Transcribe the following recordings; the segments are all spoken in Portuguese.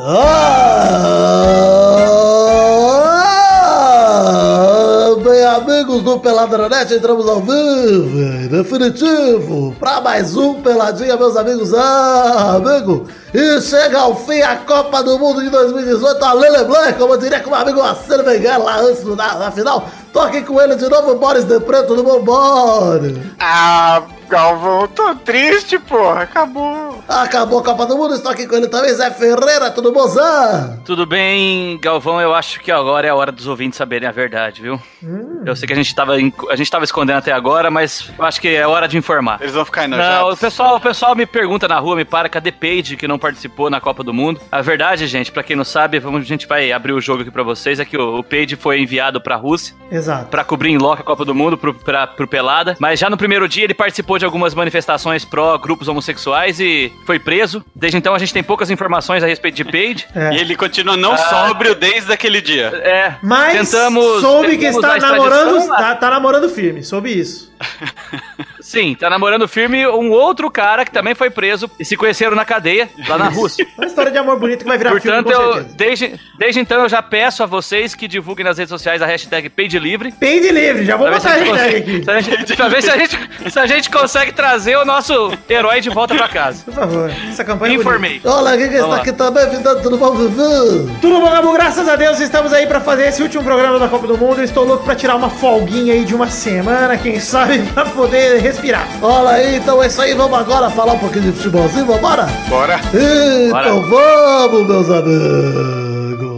Bem, amigos do Peladranet, entramos ao vivo, em definitivo, pra mais um Peladinha, meus amigos. Amigo, e chega ao fim a Copa do Mundo de 2018, a Lele Blanc, como eu diria com o meu amigo Marcelo Venguer lá antes da final. Tô aqui com ele de novo, Boris de Preto, tudo bom, Boris? Galvão, tô triste, porra, acabou. Acabou a Copa do Mundo, estou aqui com ele também, Zé Ferreira, tudo bom, Zé? Tudo bem, Galvão, eu acho que agora é a hora dos ouvintes saberem a verdade, viu? Eu sei que a gente tava escondendo até agora, mas eu acho que é hora de informar. Eles vão ficar enojados. Não, o pessoal me pergunta na rua, me para, cadê Paige, que não participou na Copa do Mundo? A verdade, gente, pra quem não sabe, a gente vai abrir o jogo aqui pra vocês, é que o Paige foi enviado pra Rússia. Exato. Pra cobrir em loco a Copa do Mundo pro Pelada, mas já no primeiro dia ele participou de algumas manifestações pró-grupos homossexuais e foi preso. Desde então a gente tem poucas informações a respeito de Paige. E ele continua não sóbrio desde aquele dia. Mas soube que está namorando, tá namorando firme, soube isso. Sim, tá namorando firme um outro cara que também foi preso e se conheceram na cadeia, lá na Rússia. Uma história de amor bonito que vai virar filme, com certeza. Desde então eu já peço a vocês que divulguem nas redes sociais a hashtag PaigeLivre. PaigeLivre, já vou botar a hashtag aqui. Pra ver se a gente consegue trazer o nosso herói de volta pra casa. Por favor, essa campanha informei. Olha, quem está aqui também, tudo bom, Vivi? Tudo bom, Gabu? Graças a Deus, estamos aí pra fazer esse último programa da Copa do Mundo. Eu estou louco pra tirar uma folguinha aí de uma semana, quem sabe, pra poder respirar. Olha aí, então é isso aí, vamos agora falar um pouquinho de futebolzinho, vambora? Bora! Então vamos, meus amigos!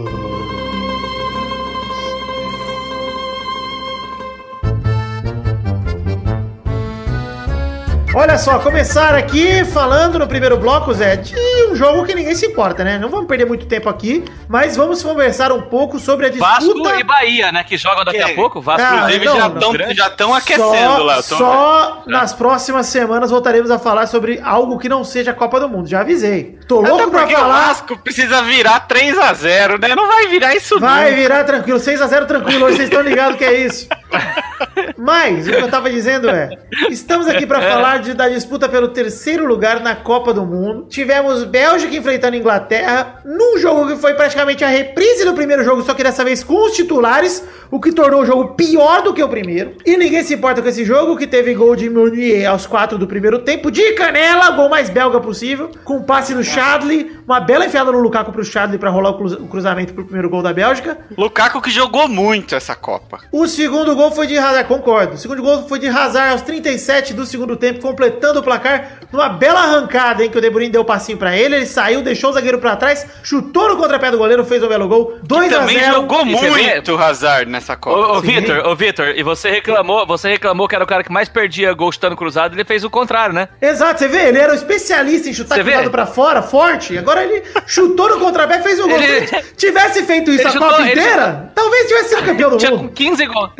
Olha só, começar aqui falando no primeiro bloco, Zé, de um jogo que ninguém se importa, né? Não vamos perder muito tempo aqui, mas vamos conversar um pouco sobre a disputa... Vasco e Bahia, né? Que jogam daqui a pouco. Vasco, inclusive, já estão aquecendo lá. Só nas próximas semanas voltaremos a falar sobre algo que não seja a Copa do Mundo. Já avisei. Tô louco pra falar... o Vasco precisa virar 3-0, né? Não vai virar isso Vai virar tranquilo, 6-0 tranquilo. Hoje vocês estão ligados que é isso. Mas, o que eu tava dizendo é... Estamos aqui pra falar da disputa pelo terceiro lugar na Copa do Mundo. Tivemos Bélgica enfrentando Inglaterra num jogo que foi praticamente a reprise do primeiro jogo, só que dessa vez com os titulares, o que tornou o jogo pior do que o primeiro. E ninguém se importa com esse jogo, que teve gol de Meunier aos 4 do primeiro tempo, de canela, gol mais belga possível, com passe no Chadli, uma bela enfiada no Lukaku pro Chadli pra rolar o cruzamento pro primeiro gol da Bélgica. Lukaku que jogou muito essa Copa. O segundo gol foi de Hazard, concordo. O segundo gol foi de Hazard aos 37 do segundo tempo, completando o placar numa bela arrancada, hein, que o De Bruyne deu o passinho pra ele saiu, deixou o zagueiro pra trás, chutou no contrapé do goleiro, fez um belo gol, 2-0. Também jogou muito o Hazard nessa Copa. Ô Vitor, e você reclamou que era o cara que mais perdia gol chutando cruzado, ele fez o contrário, né? Exato, você vê, ele era o especialista em chutar cruzado pra fora, forte, agora ele chutou no contrapé, fez um gol. Se tivesse feito isso a Copa inteira, talvez tivesse sido campeão do mundo. Tinha com 15 gols.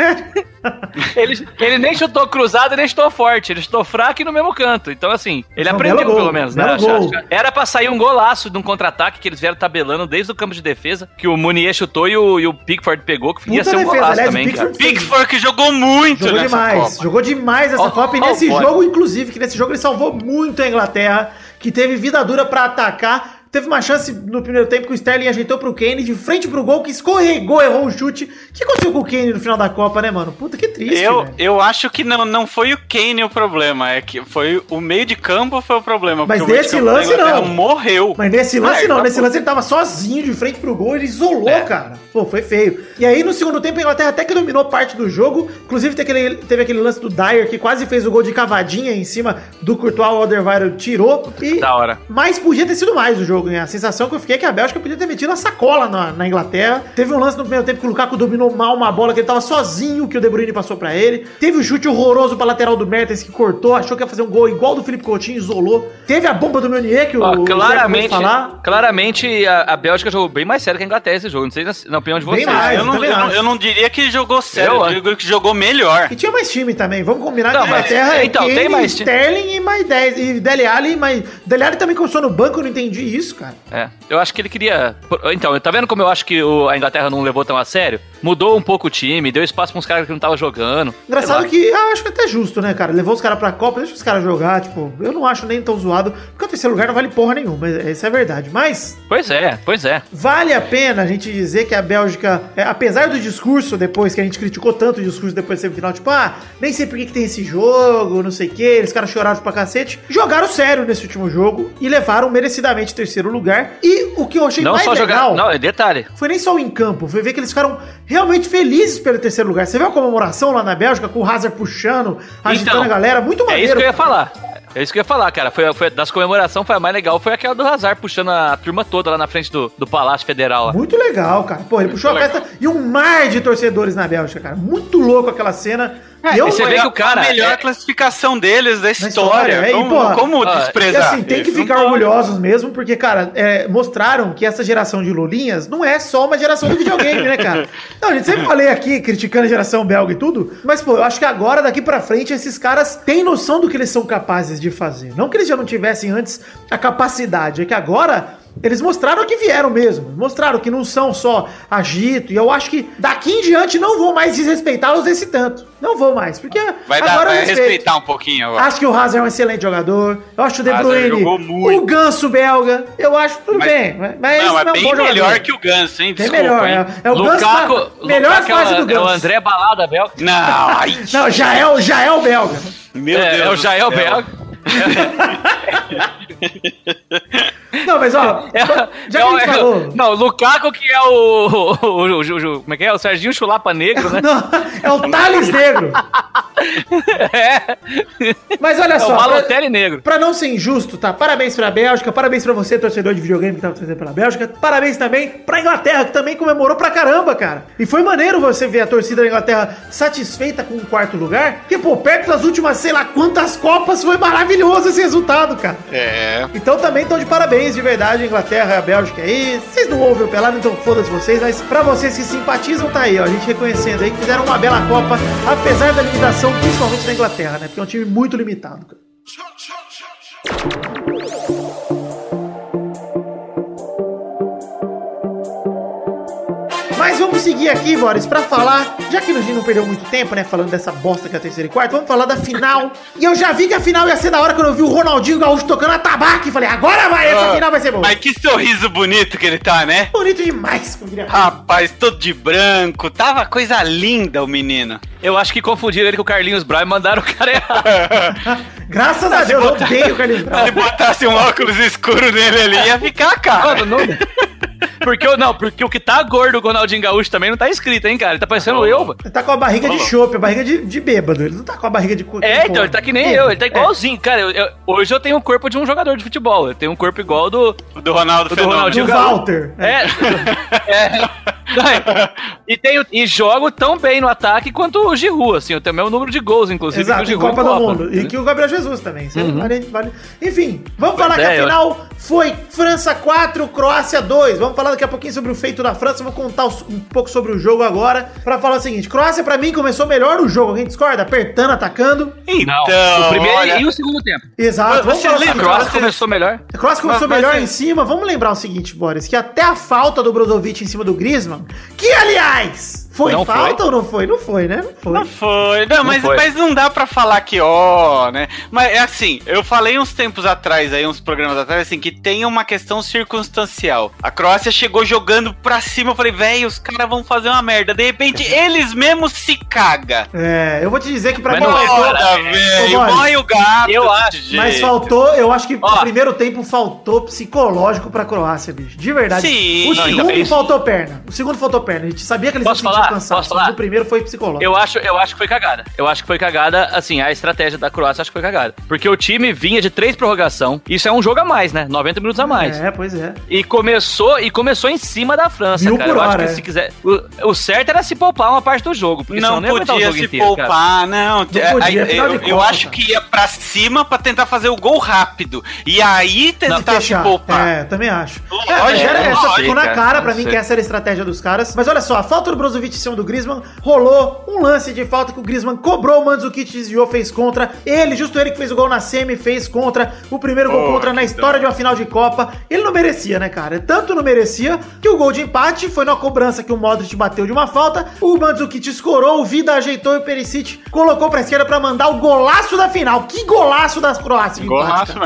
Ele nem chutou cruzado, nem chutou forte, ele chutou fraco e no mesmo canto. Então, assim, ele aprendeu pelo menos, né? Era pra sair um golaço de um contra-ataque que eles vieram tabelando desde o campo de defesa, que o Meunier chutou e o Pickford pegou, que ia ser um golaço também, cara. Pickford que jogou muito nessa Copa. Jogou demais essa Copa e nesse jogo, inclusive, que nesse jogo ele salvou muito a Inglaterra, que teve vida dura pra atacar. Teve uma chance no primeiro tempo que o Sterling ajeitou pro Kane de frente pro gol, que escorregou, errou o chute. O que aconteceu com o Kane no final da Copa, né, mano? Puta, que triste, eu acho que não foi o Kane o problema, é que foi o meio de campo foi o problema. Mas nesse lance não. Morreu. Mas nesse lance não, nesse lance ele tava sozinho de frente pro gol, ele isolou, cara. Pô, foi feio. E aí no segundo tempo a Inglaterra até que dominou parte do jogo, inclusive teve aquele lance do Dyer que quase fez o gol de cavadinha em cima do Courtois, o Alderweireld tirou. E da hora. Mas podia ter sido mais o jogo, né? A sensação que eu fiquei é que a Bélgica podia ter metido a sacola na Inglaterra. Teve um lance no primeiro tempo que o Lukaku dominou mal uma bola que ele tava sozinho, que o De Bruyne passou pra ele. Teve um chute horroroso pra lateral do Mertens que cortou, achou que ia fazer um gol igual do Felipe Coutinho, isolou. Teve a bomba do Meunier que o claramente a Bélgica jogou bem mais sério que a Inglaterra esse jogo. Não sei na opinião de vocês. Eu não diria que jogou sério, eu digo que jogou melhor. E tinha mais time também. Vamos combinar que a Inglaterra tem mais Sterling e mais 10. E Dele Alli, mas Dele Alli também começou no banco, eu não entendi isso, cara. Eu acho que ele queria... Então, tá vendo como eu acho que a Inglaterra não levou tão a sério? Mudou um pouco o time, deu espaço pra uns caras que não estavam jogando. Engraçado que eu acho que é até justo, né, cara? Levou os caras pra Copa, deixa os caras jogar, tipo, eu não acho nem tão zoado. Porque eu o terceiro lugar não vale porra nenhuma, essa é a verdade. Mas... Pois é. Vale a pena a gente dizer que a Bélgica, apesar do discurso depois, que a gente criticou tanto o discurso depois do semifinal, tipo, nem sei por que tem esse jogo, não sei o que, eles caras choraram pra cacete, jogaram sério nesse último jogo e levaram merecidamente o terceiro lugar. E o que eu achei mais legal... Não, detalhe. Foi nem só o em campo, foi ver que eles ficaram realmente felizes pelo terceiro lugar. Você viu a comemoração lá na Bélgica, com o Hazard puxando, agitando a galera, muito maneiro. É isso que eu ia falar. É isso que eu ia falar, cara. Foi das comemorações, foi a mais legal. Foi aquela do Hazard puxando a turma toda lá na frente do Palácio Federal. Lá. Muito legal, cara. Pô, ele puxou a festa e um mar de torcedores na Bélgica, cara. Muito louco aquela cena. E você vê que o cara... A melhor classificação deles da história. Como desprezar? E assim, tem que ficar orgulhosos mesmo, porque, cara, mostraram que essa geração de lulinhas não é só uma geração do videogame, né, cara? Não, a gente sempre falei aqui, criticando a geração belga e tudo, mas, pô, eu acho que agora, daqui pra frente, esses caras têm noção do que eles são capazes de fazer. Não que eles já não tivessem antes a capacidade, é que agora... Eles mostraram que vieram mesmo. Mostraram que não são só agito. E eu acho que daqui em diante não vou mais desrespeitá-los desse tanto. Não vou mais. Porque vai respeitar um pouquinho agora. Acho que o Hazard é um excelente jogador. Eu acho o De Bruyne, o Ganso belga. Eu acho tudo bem. Mas não, é bem melhor que o Ganso, hein? Desculpa, melhor. Hein? É o Lukaku, Ganso melhor fase do Ganso. É o André Balada belga. Não, já é o belga. Meu Deus. É o Jael belga. Não, mas ó, já que a gente falou... Não, o Lukaku que é como é que é? O Serginho Chulapa Negro, né? Não, é o Thales Negro. Mas olha só... É o Balotelli Negro. Pra não ser injusto, tá? Parabéns pra Bélgica, parabéns pra você, torcedor de videogame que tava torcendo pela Bélgica, parabéns também pra Inglaterra, que também comemorou pra caramba, cara. E foi maneiro você ver a torcida da Inglaterra satisfeita com o quarto lugar, porque, pô, perto das últimas, sei lá quantas Copas, foi maravilhoso esse resultado, cara. Então também estão de parabéns, de verdade, a Inglaterra e a Bélgica aí. Vocês não ouvem o Pelado, então foda-se vocês, mas pra vocês que simpatizam, tá aí, ó, a gente reconhecendo aí que fizeram uma bela Copa, apesar da limitação, principalmente da Inglaterra, né? Porque é um time muito limitado, cara. Mas vamos seguir aqui, Boris, pra falar, já que a gente não perdeu muito tempo, né, falando dessa bosta que é a terceira e quarta, vamos falar da final. E eu já vi que a final ia ser da hora quando eu vi o Ronaldinho Gaúcho tocando atabaque. Falei, agora vai, essa final vai ser boa. Mas que sorriso bonito que ele tá, né? Bonito demais, como diria. Rapaz, todo de branco, tava coisa linda o menino. Eu acho que confundiram ele com o Carlinhos Brown e mandaram o cara errado. Graças a Deus, eu odeio o Carlinhos Brown. Se botasse um óculos escuro nele ali, ia ficar, cara. Porque o que tá gordo o Ronaldinho Gaúcho também não tá escrito, hein, cara? Ele tá parecendo eu, mano. Ele tá com a barriga de chope, a barriga de bêbado. Ele não tá com a barriga de... Então, ele tá que nem eu. Ele tá igualzinho. Cara, hoje eu tenho o corpo de um jogador de futebol. Eu tenho um corpo igual do Ronaldo Fenômeno. Do Ronaldinho Walter. E jogo tão bem no ataque quanto o Giroud, assim. Eu tenho o mesmo número de gols, inclusive. Exato, que o Copa do Mundo. E que o Gabriel Jesus também. Vale. Enfim, vamos falar que a final foi França 4, Croácia 2. Vamos falar daqui a pouquinho sobre o feito da França. Vou contar um pouco sobre o jogo agora. Pra falar o seguinte, Croácia pra mim começou melhor o jogo. Alguém discorda? Apertando, atacando. Então, o primeiro e o segundo tempo. Exato. Você lembra? A Croácia começou melhor. A Croácia começou melhor em cima. Vamos lembrar o seguinte, Boris, que até a falta do Brozovic em cima do Griezmann, que aliás... Foi não falta foi? Ou não foi? Não foi, né? Não foi. Mas não dá pra falar que, né? Mas é assim, eu falei uns tempos atrás, aí uns programas atrás, assim, que tem uma questão circunstancial. A Croácia chegou jogando pra cima, eu falei, velho, os caras vão fazer uma merda. De repente, eles mesmos se cagam. Eu vou te dizer que pra mim morre o gato. Eu acho. Mas faltou, eu acho que no primeiro tempo faltou psicológico pra Croácia, bicho. De verdade. Sim. O segundo faltou perna. A gente sabia que eles iam sentir cansaço. O primeiro foi psicológico. Eu acho que foi cagada. Assim, a estratégia da Croácia acho que foi cagada. Porque o time vinha de 3 prorrogação. Isso é um jogo a mais, né? 90 minutos a mais. Pois é. E começou em cima da França, cara. Eu acho que se quiser... O certo era se poupar uma parte do jogo. Porque não podia se poupar, não. Eu acho que ia pra cima pra tentar fazer o gol rápido. E aí tentar se poupar. Também acho. Ficou na cara pra mim que essa era a estratégia dos caras. Mas olha só, a falta do Brozovic em cima do Griezmann, rolou um lance de falta que o Griezmann cobrou, o Mandzukic desviou, fez contra. Justo ele que fez o gol na semi, fez contra. O primeiro gol contra na história de uma final de Copa. Ele não merecia, né, cara? Tanto não merecia que o gol de empate foi numa cobrança que o Modric bateu de uma falta. O Mandzukic escorou, o Vida ajeitou e o Perisic colocou pra esquerda pra mandar o golaço da final. Que golaço das Croácias. Golaço mesmo.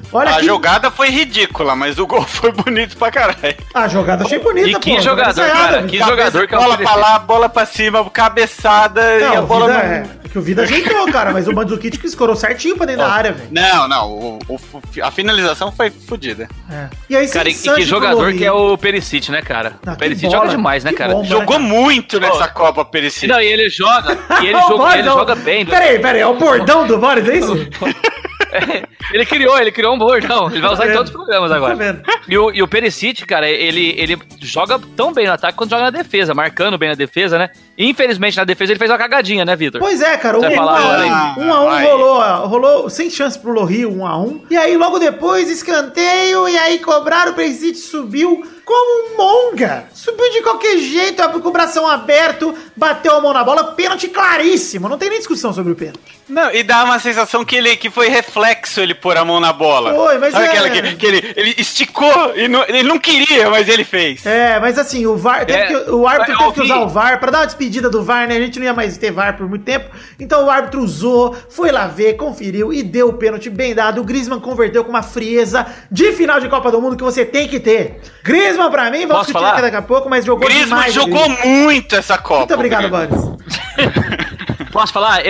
Olha a jogada foi ridícula, mas o gol foi bonito pra caralho. A jogada achei bonita, e pô. Que jogador, cara, que jogador que é o bola pra lá, bola pra cima, cabeçada e a bola... que o Vida ajeitou, cara, mas o Mandzukic escorou certinho pra dentro da área, velho. Não, a finalização foi fodida. E aí, cara, e que jogador que é o Perisic, né, cara? O Perisic joga demais, né, cara? Jogou muito nessa Copa, Perisic. Não, e ele joga, ele joga bem. Peraí, é o bordão do Boris, é isso? Ele criou um bordão. Ele vai usar em todos os programas agora. E o Perisic, cara, ele joga tão bem no ataque quanto joga na defesa, marcando bem na defesa, né? Infelizmente, na defesa ele fez uma cagadinha, né, Vitor? Pois é, cara. 1x1 rolou sem chance pro Lohri, 1x1. E aí, logo depois, escanteio, e aí cobraram, o Perisic subiu como um monga. Subiu de qualquer jeito, com o bração aberto, bateu a mão na bola, pênalti claríssimo. Não tem nem discussão sobre o pênalti. Não, e dá uma sensação que foi reflexo ele pôr a mão na bola. Foi, mas sabe aquela que ele esticou e ele não queria, mas ele fez. Mas assim, o árbitro teve que usar o VAR pra dar uma despedida do VAR, né? A gente não ia mais ter VAR por muito tempo. Então o árbitro usou, foi lá ver, conferiu e deu o pênalti bem dado. O Griezmann converteu com uma frieza de final de Copa do Mundo que você tem que ter. Griezmann pra mim, vamos discutir aqui daqui a pouco, mas jogou demais. Jogou muito essa Copa. Muito obrigado, Boris. Posso falar?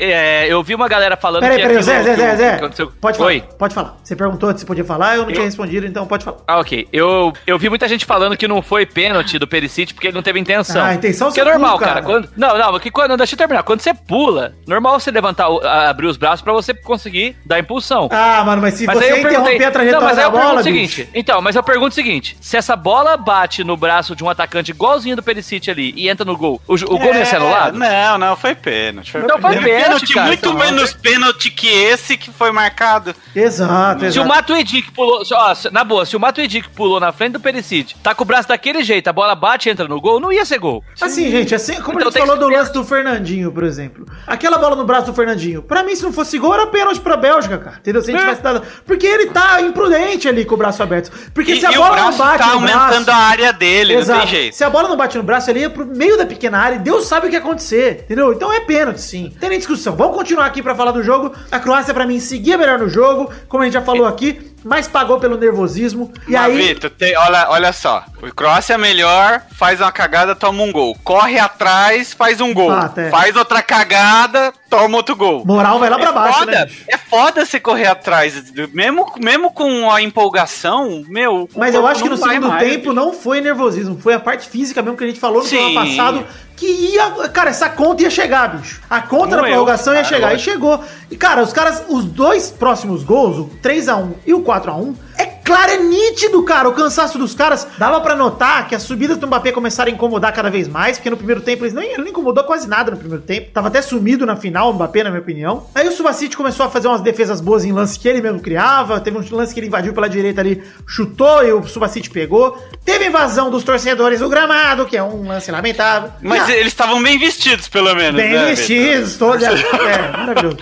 Eu vi uma galera falando peraí, Zé. Pode falar. Oi. Pode falar. Você perguntou se podia falar, eu não tinha respondido, então pode falar. Ok. Eu vi muita gente falando que não foi pênalti do Perisic porque ele não teve intenção. A intenção que é normal, cara. Deixa eu terminar. Quando você pula, normal você levantar, abrir os braços pra você conseguir dar impulsão. Mano, mas se você interromper a trajetória da bola, mas eu pergunto o seguinte, se essa bola bate no braço de um atacante igualzinho do Perisic ali e entra no gol, o gol não ia ser anulado? Não, foi pênalti. Então foi pênalti, cara. Muito menos pênalti que esse que foi marcado. Exato. Se o Matuidi que pulou, na boa, se o Matuidi que pulou na frente do Perisic, tá com o braço daquele jeito, a bola bate e entra no gol, não ia ser gol. Assim, gente, como então, a gente falou do lance do Fernandinho, por exemplo. Aquela bola no braço do Fernandinho, pra mim, se não fosse gol, era pênalti pra Bélgica, cara. Entendeu? Se a gente tivesse dado... Porque ele tá imprudente ali com o braço aberto. Porque se a bola não bate no braço... tá aumentando a área dele, não tem jeito. Se a bola não bate no braço, ele ia pro meio da pequena área e Deus sabe o que ia acontecer, entendeu? Então é pênalti, sim. Não tem nem discussão. Vamos continuar aqui pra falar do jogo. A Croácia, pra mim, seguia melhor no jogo, como a gente já falou aqui, mas pagou pelo nervosismo. E aí... Vitor, olha só. O Croácia melhor, faz uma cagada, toma um gol. Corre atrás, faz um gol. Faz outra cagada, toma outro gol. Moral vai lá pra baixo, foda, né? É foda você correr atrás. Mesmo com a empolgação, meu... Mas eu acho que no segundo tempo não foi nervosismo. Foi a parte física mesmo que a gente falou no programa passado. Que ia... Cara, essa conta ia chegar, bicho. A conta da prorrogação ia chegar. E chegou. E, cara, os dois próximos gols, o 3x1 e o 4x1, claro, é nítido, cara, o cansaço dos caras. Dava pra notar que as subidas do Mbappé começaram a incomodar cada vez mais, porque no primeiro tempo ele não incomodou quase nada no primeiro tempo. Tava até sumido na final, o Mbappé, na minha opinião. Aí o Subasic começou a fazer umas defesas boas em lances que ele mesmo criava. Teve um lance que ele invadiu pela direita ali, chutou e o Subasic pegou. Teve invasão dos torcedores do gramado, que é um lance lamentável. Mas eles estavam bem vestidos, pelo menos. Bem vestidos, todos. Maravilhoso.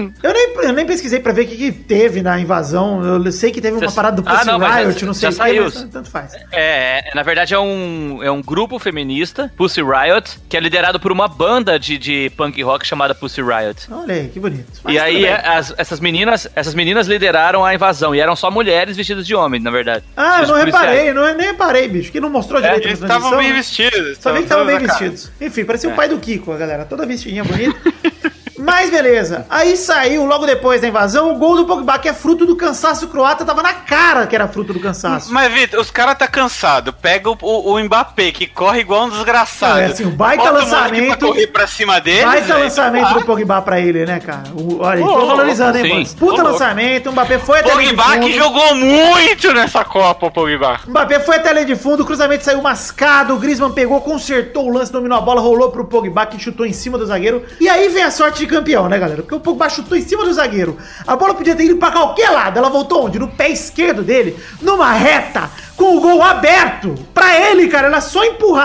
Eu nem pesquisei pra ver o que teve na invasão. Eu sei que teve uma parada do Pussy Riot, não sei já saiu. Mas tanto faz. Na verdade é um grupo feminista, Pussy Riot, que é liderado por uma banda de punk rock chamada Pussy Riot. Olha aí, que bonito. Mas e aí essas meninas lideraram a invasão, e eram só mulheres vestidas de homem, na verdade. Eu não reparei, nem reparei, bicho, que não mostrou direito eles estavam bem vestidos. Só vi que estavam bem vestidos. Enfim, parecia o pai do Kiko, a galera, toda vestidinha bonita. Mas beleza, aí saiu logo depois da invasão o gol do Pogba, que é fruto do cansaço croata, tava na cara que era fruto do cansaço. Mas, Vitor, os caras tá cansado, pega o Mbappé, que corre igual um desgraçado. Assim, o baita lançamento, pra correr pra cima dele. Baita lançamento do Pogba pra ele, né, cara? Olha, tô valorizando, hein, mano? Puta lançamento, o Mbappé foi até a linha de fundo. Pogba que jogou muito nessa Copa, o Pogba. O Mbappé foi até a linha de fundo, o cruzamento saiu mascado, o Griezmann pegou, consertou o lance, dominou a bola, rolou pro Pogba, que chutou em cima do zagueiro. E aí vem a sorte de campeão, né, galera? Porque o Pogba chutou em cima do zagueiro. A bola podia ter ido pra qualquer lado. Ela voltou onde? No pé esquerdo dele, numa reta, com o gol aberto. Pra ele, cara, era só empurrar.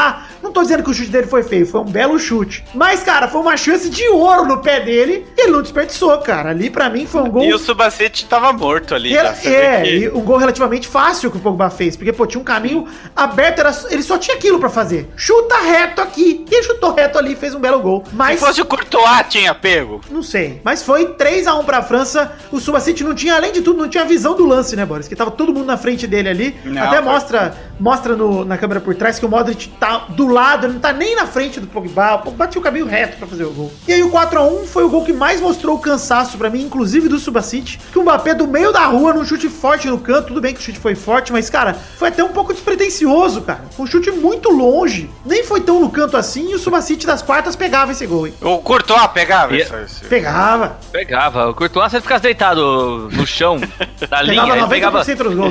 Não tô dizendo que o chute dele foi feio, foi um belo chute. Mas, cara, foi uma chance de ouro no pé dele e ele não desperdiçou, cara. Ali, pra mim, foi um gol... E o Subacete tava morto ali. E um gol relativamente fácil que o Pogba fez, porque, pô, tinha um caminho aberto, ele só tinha aquilo pra fazer. Chuta reto aqui. E ele chutou reto ali e fez um belo gol. Mas... Se fosse o Courtois, tinha pego. Não sei. Mas foi 3-1 pra França. O Subacete não tinha, além de tudo, não tinha visão do lance, né, Boris? Que tava todo mundo na frente dele ali. Não, até mostra na câmera por trás que o Modric tá do lado, ele não tá nem na frente do Pogba. O Pogba tinha o caminho reto pra fazer o gol. E aí o 4-1 foi o gol que mais mostrou o cansaço pra mim, inclusive do Subacete, que o Mbappé do meio da rua, num chute forte no canto, tudo bem que o chute foi forte, mas, cara, foi até um pouco despretensioso, cara. Um chute muito longe. Nem foi tão no canto assim e o Subacete das quartas pegava esse gol, hein? O Courtois pegava? Pegava. O Courtois, se ele ficasse deitado no chão, na linha, ele pegava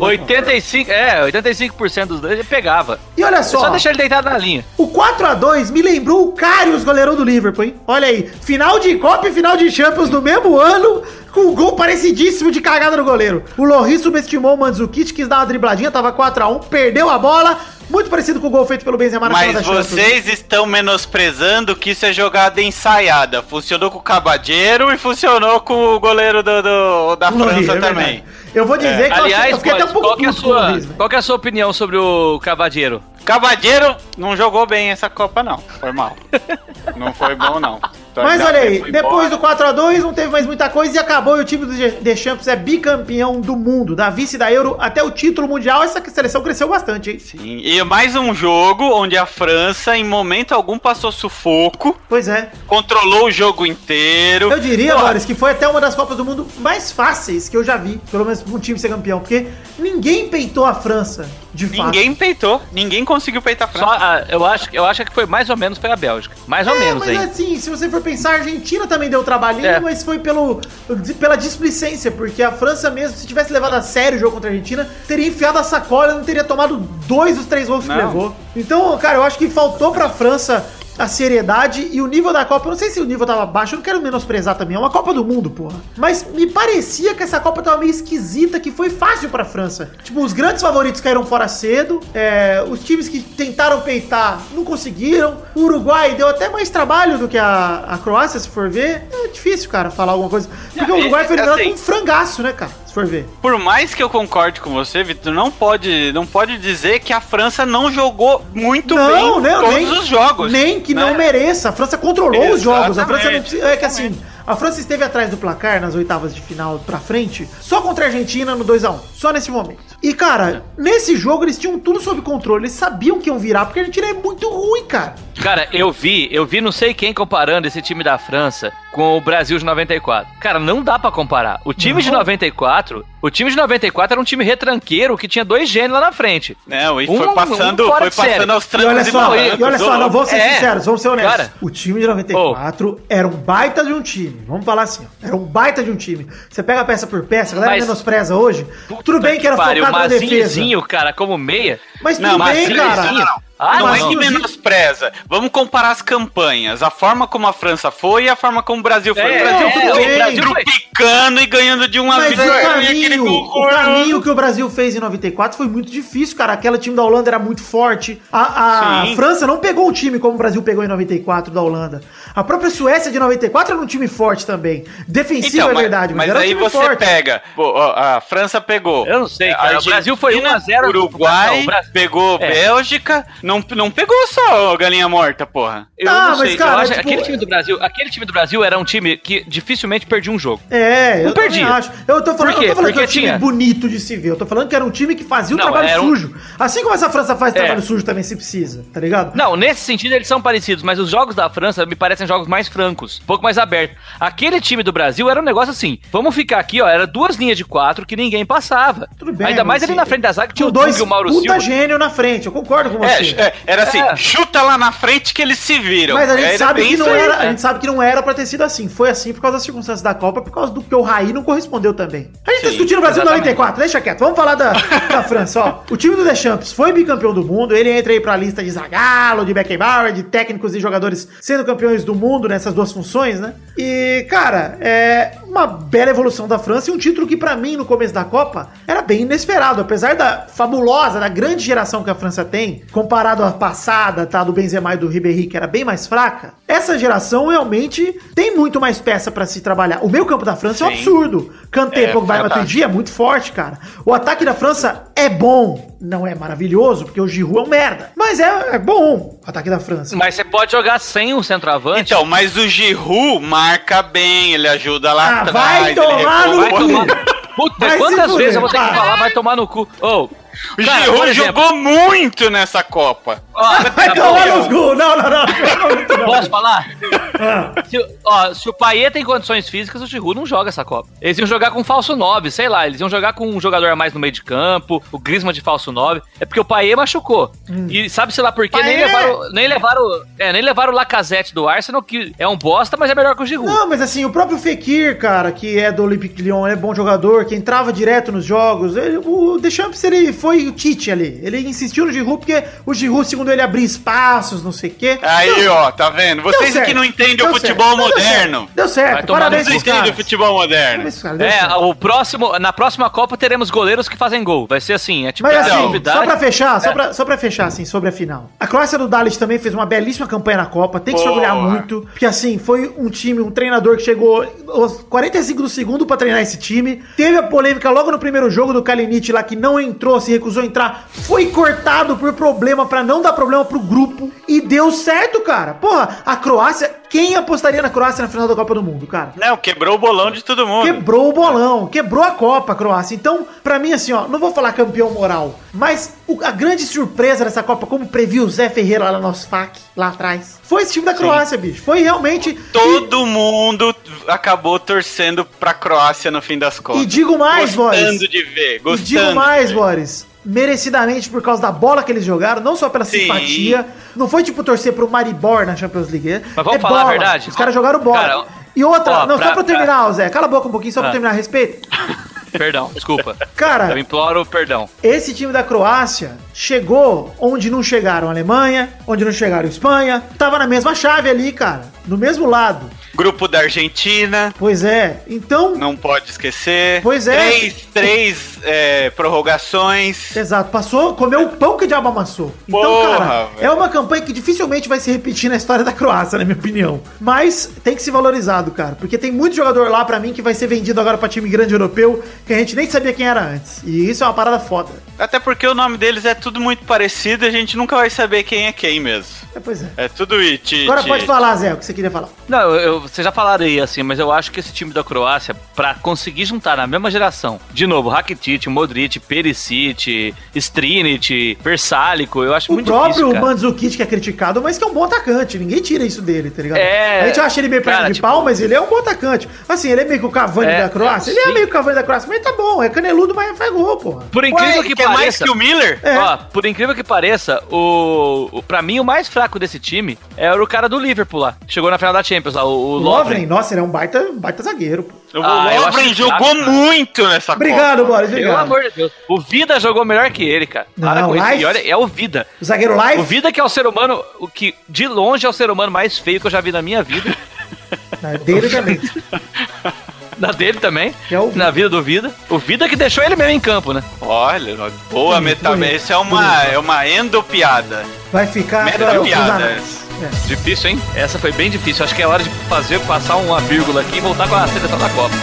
85% dos dois, ele pegava. E olha só. Só deixar ele deitado na linha. O 4-2 me lembrou o Karius, goleirão do Liverpool, hein? Olha aí, final de Copa e final de Champions do mesmo ano, com um gol parecidíssimo de cagada no goleiro. O Lloris subestimou o Mandzukic, quis dar uma dribladinha, tava 4-1, perdeu a bola. Muito parecido com o gol feito pelo Benzema na final da Champions. Mas vocês estão menosprezando que isso é jogada ensaiada. Funcionou com o Cabadeiro e funcionou com o goleiro da França também. Eu vou dizer que aliás, eu fiquei até um pouco qual que é a sua opinião sobre o Cabadeiro? Cabadeiro não jogou bem essa Copa, não. Foi mal. Não foi bom, não. Mas olha aí, depois do 4-2 não teve mais muita coisa e acabou, e o time do Deschamps é bicampeão do mundo, da vice da Euro até o título mundial. Essa seleção cresceu bastante, hein? Sim, e mais um jogo onde a França em momento algum passou sufoco. Pois é. Controlou o jogo inteiro. Eu diria, Boris, que foi até uma das Copas do Mundo mais fáceis que eu já vi, pelo menos para um time ser campeão, porque ninguém peitou a França, de fato. Ninguém peitou, ninguém conseguiu peitar a França. Só, eu acho que foi mais ou menos foi a Bélgica. Mais ou menos, hein? Mas assim, se você for pensar, a Argentina também deu trabalhinho, mas foi pela displicência, porque a França mesmo, se tivesse levado a sério o jogo contra a Argentina, teria enfiado a sacola e não teria tomado 2 dos 3 gols que levou. Então, cara, eu acho que faltou pra França a seriedade e o nível da Copa. Eu não sei se o nível tava baixo, eu não quero menosprezar também, é uma Copa do Mundo, porra. Mas me parecia que essa Copa tava meio esquisita, que foi fácil pra França. Tipo, os grandes favoritos caíram fora cedo, os times que tentaram peitar não conseguiram, o Uruguai deu até mais trabalho do que a Croácia, se for ver. É difícil, cara, falar alguma coisa. Porque o Uruguai foi eliminado com um frangaço, né, cara? Se for ver. Por mais que eu concorde com você, Vitor, não pode dizer que a França não jogou muito bem todos os jogos. Nem que não mereça. A França controlou os jogos. A França não precisa. É que assim, a França esteve atrás do placar nas oitavas de final pra frente, só contra a Argentina no 2-1. Só nesse momento. E, cara, nesse jogo eles tinham tudo sob controle. Eles sabiam que iam virar, porque a Argentina é muito ruim, cara. Cara, eu vi não sei quem comparando esse time da França com o Brasil de 94. Cara, não dá pra comparar. O time de 94 era um time retranqueiro que tinha 2 gênios lá na frente. Não, e foi passando aos trancos e olha só, não, vamos ser sinceros, vamos ser honestos. Cara, o time de 94 era um baita de um time. Vamos falar assim, ó, era um baita de um time. Você pega peça por peça, a galera menospreza hoje. Tudo bem que era focado na defesa. Cara, como meia. Mas tudo bem, cara. Não é que menospreza. Vamos comparar as campanhas. A forma como a França foi e a forma como o Brasil foi. O Brasil foi picando e ganhando de 1 a 0. O caminho que o Brasil fez em 94 foi muito difícil, cara. Aquele time da Holanda era muito forte. A França não pegou um time como o Brasil pegou em 94 da Holanda. A própria Suécia de 94 era um time forte também. Defensivo, é verdade. Mas aí você forte. Pega. Pô, a França pegou. Eu não sei, cara. O Brasil foi 1-0. Uruguai pegou Bélgica. Não pegou só galinha morta, porra. Eu não sei. Cara, aquele time do Brasil era um time que dificilmente perdia um jogo. Eu também acho. Eu tô falando que era um time bonito de se ver. Eu tô falando que era um time que fazia o trabalho sujo. Assim como essa França faz trabalho sujo também, se precisa, tá ligado? Não, nesse sentido eles são parecidos, mas os jogos da França me parecem jogos mais francos, um pouco mais abertos. Aquele time do Brasil era um negócio assim, vamos ficar aqui, ó, era 2 linhas de 4 que ninguém passava. Tudo bem. Ainda mais ali na frente da zaga, tinha o Duque e o Mauro Silva. Gênio na frente, eu concordo com você. Era assim, chuta lá na frente que eles se viram. Mas a gente sabe que a gente sabe que não era pra ter sido assim. Foi assim por causa das circunstâncias da Copa, por causa do que o Raí não correspondeu também. A gente tá discutindo o Brasil em 94, deixa quieto. Vamos falar da França, ó. O time do Deschamps foi bicampeão do mundo, ele entra aí pra lista de Zagallo, de Beckenbauer, de técnicos e jogadores sendo campeões do mundo nessas duas funções, né? E, cara, é uma bela evolução da França e um título que pra mim, no começo da Copa, era bem inesperado. Apesar da fabulosa, da grande geração que a França tem, comparado temporada passada, tá, do Benzema e do Ribéry, que era bem mais fraca, essa geração realmente tem muito mais peça pra se trabalhar. O meio campo da França é um absurdo. Kanté, Pogba e Matuidi é muito forte, cara. O ataque da França é bom. Não é maravilhoso, porque o Giroud é um merda. Mas é bom o ataque da França. Mas você pode jogar sem o centroavante. Então, mas o Giroud marca bem, ele ajuda lá atrás. Vai tomar no cu! Puta, quantas vezes eu vou ter que falar, vai tomar no cu? O Giroud jogou muito nessa Copa. Vai tomar no cu! Não. Posso falar? Se o Payet tem condições físicas, o Giroud não joga essa Copa. Eles iam jogar com falso 9, sei lá. Eles iam jogar com um jogador a mais no meio de campo, o Griezmann de falso 9. É porque o Payet machucou. E sabe-se lá por quê? Nem levaram o Lacazette do Arsenal, que é um bosta, mas é melhor que o Giroud. Não, mas assim, o próprio Fekir, cara, que é do Olympique de Lyon, é bom jogador, que entrava direto nos jogos. O Deschamps, ele foi o Tite ali. Ele insistiu no Giroud porque o Giroud, segundo ele, abria espaços, não sei o quê. Aí, tá vendo? Vocês que não entendem o futebol moderno. Deu certo. Parabéns, vocês entendem o futebol moderno. Na próxima Copa teremos goleiros que fazem gol. Vai ser assim, é tipo... Mas assim, só pra fechar, assim, sobre a final. A Croácia do Dalic também fez uma belíssima campanha na Copa, tem que se orgulhar muito, porque assim, foi um treinador que chegou aos 45 do segundo pra treinar esse time. Teve a polêmica logo no primeiro jogo do Kalinic lá, que não entrou, se recusou a entrar, foi cortado por problema, pra não dar problema pro grupo, e deu certo, cara. Porra, a Croácia, quem apostaria na Croácia na final da Copa do Mundo, cara? Não, quebrou o bolão de todo mundo. Quebrou o bolão, quebrou a Copa, a Croácia. Então, pra mim, assim, não vou falar campeão moral, mas a grande surpresa dessa Copa, como previu o Zé Ferreira lá no nosso FAQ, lá atrás, foi esse time da Croácia, bicho. Foi realmente... Todo mundo acabou torcendo pra Croácia no fim das contas. E digo mais, Boris. Gostando de ver. Boris. Merecidamente por causa da bola que eles jogaram, não só pela simpatia. Não foi tipo torcer pro Maribor na Champions League. Mas vamos falar a verdade? Os caras jogaram bola. Cara, e outra, só pra terminar, Zé, cala a boca um pouquinho, só pra terminar, respeito. Perdão, desculpa. Cara, eu imploro perdão. Esse time da Croácia chegou onde não chegaram a Alemanha, onde não chegaram a Espanha. Tava na mesma chave ali, cara. No mesmo lado. Grupo da Argentina. Pois é, então... Não pode esquecer. Pois é. Três prorrogações. Exato, comeu o pão que o diabo amassou. Então, porra, cara, é uma campanha que dificilmente vai se repetir na história da Croácia, na minha opinião. Mas tem que ser valorizado, cara. Porque tem muito jogador lá, pra mim, que vai ser vendido agora pra time grande europeu, que a gente nem sabia quem era antes. E isso é uma parada foda. Até porque o nome deles é tudo muito parecido e a gente nunca vai saber quem é quem mesmo. Pois é. É tudo it. Agora pode falar, Zé, o que você queria falar. Não, vocês já falaram aí, assim, mas eu acho que esse time da Croácia, pra conseguir juntar na mesma geração, de novo, Rakitic, Modric, Perisic, Strinic, Versálico, eu acho muito difícil, cara. O próprio Mandzukic, que é criticado, mas que é um bom atacante, ninguém tira isso dele, tá ligado? A gente acha ele meio perna de pau, mas ele é um bom atacante. Assim, ele é meio que o Cavani da Croácia, ele é meio que o Cavani da Croácia, mas tá bom, é caneludo, mas faz gol, porra. Por incrível que pareça... é mais que o Miller? Ó, por incrível que pareça, pra mim, o mais fraco desse time era o cara do Liverpool lá. Chegou na final da Champions lá, o Lovren. Nossa, ele é um baita zagueiro, pô. O Lovren jogou muito nessa Obrigado, Boris. Pelo amor de Deus. O Vida jogou melhor que ele, cara. Não, e olha, é o Vida. O zagueiro Life? O Vida que é o ser humano, o que de longe é o ser humano mais feio que eu já vi na minha vida. Na dele também. Na dele também, na vida do Vida. O Vida que deixou ele mesmo em campo, né? Olha, boa metamorfose. Isso é uma endopiada. Vai ficar... Metapiada. Difícil, hein? Essa foi bem difícil. Acho que é hora de passar uma vírgula aqui e voltar com a seleção da Copa.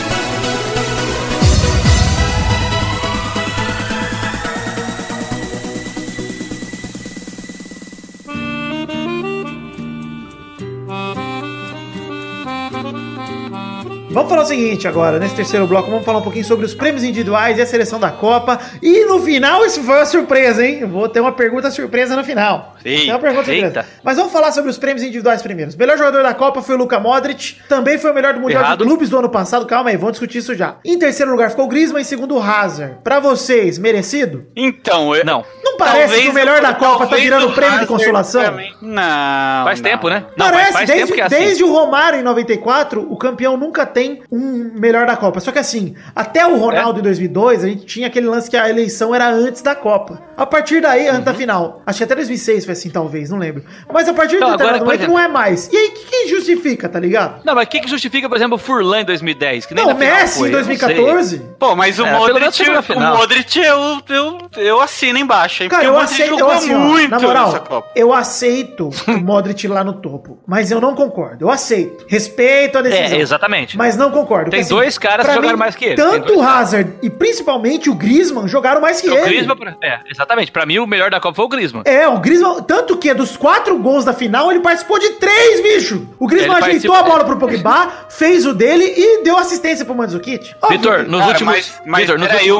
Vamos falar o seguinte agora, nesse terceiro bloco, vamos falar um pouquinho sobre os prêmios individuais e a seleção da Copa. E no final, isso foi uma surpresa, hein? Eu vou ter uma pergunta surpresa no final. Tem uma pergunta surpresa. Mas vamos falar sobre os prêmios individuais primeiro. O melhor jogador da Copa foi o Luka Modric. Também foi o melhor do Mundial de Clubes do ano passado. Calma aí, vamos discutir isso já. Em terceiro lugar ficou o Griezmann, em segundo o Hazard. Pra vocês, merecido? Então, Não parece que o melhor da Copa tá virando prêmio de consolação? Não. Faz tempo, né? Parece, faz tempo que é assim. Desde o Romário em 94, o campeão nunca tem um melhor da Copa. Só que assim, até o Ronaldo em 2002, a gente tinha aquele lance que a eleição era antes da Copa. A partir daí, antes da final. Acho que até 2006 foi assim, talvez, não lembro. Mas a partir do determinado momento não é mais. E aí, o que justifica, tá ligado? Não, mas o que justifica, por exemplo, o Furlan em 2010? Que nem não, o Messi em 2014. Pô, mas o Modric eu assino embaixo, hein, Cara, eu aceito, muito na moral, eu aceito o Modric lá no topo, mas eu não concordo. Eu aceito. Respeito a decisão. Exatamente. Mas não concordo. Tem dois caras que jogaram mais que ele. Tanto o Hazard e principalmente o Griezmann jogaram mais que ele. O Griezmann, exatamente. Pra mim, o melhor da Copa foi o Griezmann. O Griezmann, tanto que dos 4 gols da final, ele participou de 3, bicho. O Griezmann ajeitou a bola pro Pogba, fez o dele e deu assistência pro Mandzukic. Vitor, nos últimos... Peraí,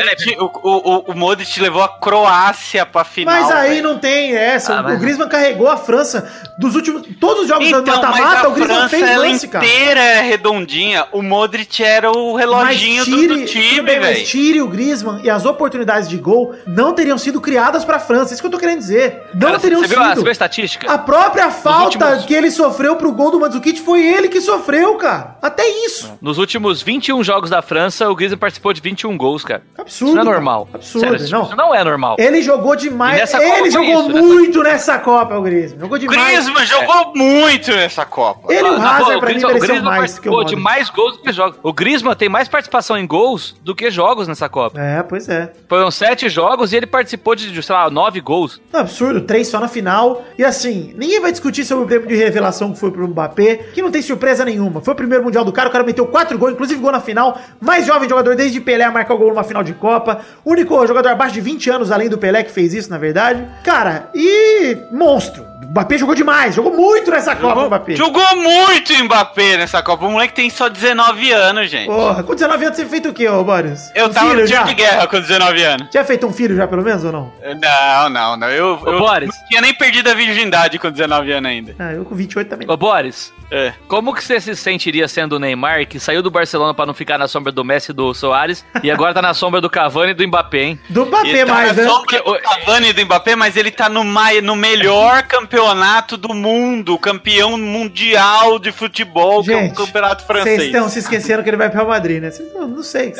o Modric levou a Croácia pra final. Mas aí não tem essa. O Griezmann carregou a França dos últimos... Todos os jogos da mata-mata, o Griezmann fez lance, cara. A inteira é redondinha. O Modric era o reloginho do time, velho. Mas tire o Griezmann e as oportunidades de gol não teriam sido criadas pra França. Isso que eu tô querendo dizer. Não teriam sido. Você viu a estatística? A própria falta que ele sofreu pro gol do Mandzukic foi ele que sofreu, cara. Até isso. Nos últimos 21 jogos da França, o Griezmann participou de 21 gols, cara. Absurdo. Isso não é normal. Absurdo. Sério, isso não é normal. Ele jogou demais. Ele jogou muito nessa Copa, o Griezmann. Jogou demais. O Griezmann jogou muito nessa Copa. Ele e o Hazard, pra mim, mereceu mais que o Modric. De mais gols do que jogos. O Griezmann tem mais participação em gols do que jogos nessa Copa. Pois é. Foram 7 jogos e ele participou de, sei lá, 9 gols. Absurdo, 3 só na final. E assim, ninguém vai discutir sobre o prêmio de revelação que foi pro Mbappé, que não tem surpresa nenhuma. Foi o primeiro Mundial do cara, o cara meteu 4 gols, inclusive gol na final. Mais jovem jogador desde Pelé a marcar o gol numa final de Copa. Único jogador abaixo de 20 anos, além do Pelé, que fez isso, na verdade. Cara, e monstro. O Mbappé jogou demais, jogou muito nessa Copa, o Mbappé. Jogou muito o Mbappé nessa Copa. O moleque tem só 19 anos, gente. Porra, com 19 anos você fez o quê, ô Boris? Eu tava no time de guerra com 19 anos. Tinha feito um filho já, pelo menos, ou não? Não. Eu Boris, não tinha nem perdido a virgindade com 19 anos ainda. Eu com 28 também. Ô, Boris, como que você se sentiria sendo o Neymar, que saiu do Barcelona pra não ficar na sombra do Messi e do Soares, e agora tá na sombra do Cavani e do Mbappé, hein? Do Mbappé mais, né? Do Cavani e do Mbappé, mas ele tá no melhor campeonato do mundo, campeão mundial de futebol, gente, que é o campeonato francês. Vocês estão se esquecendo que ele vai pro Real Madrid, né? Não sei.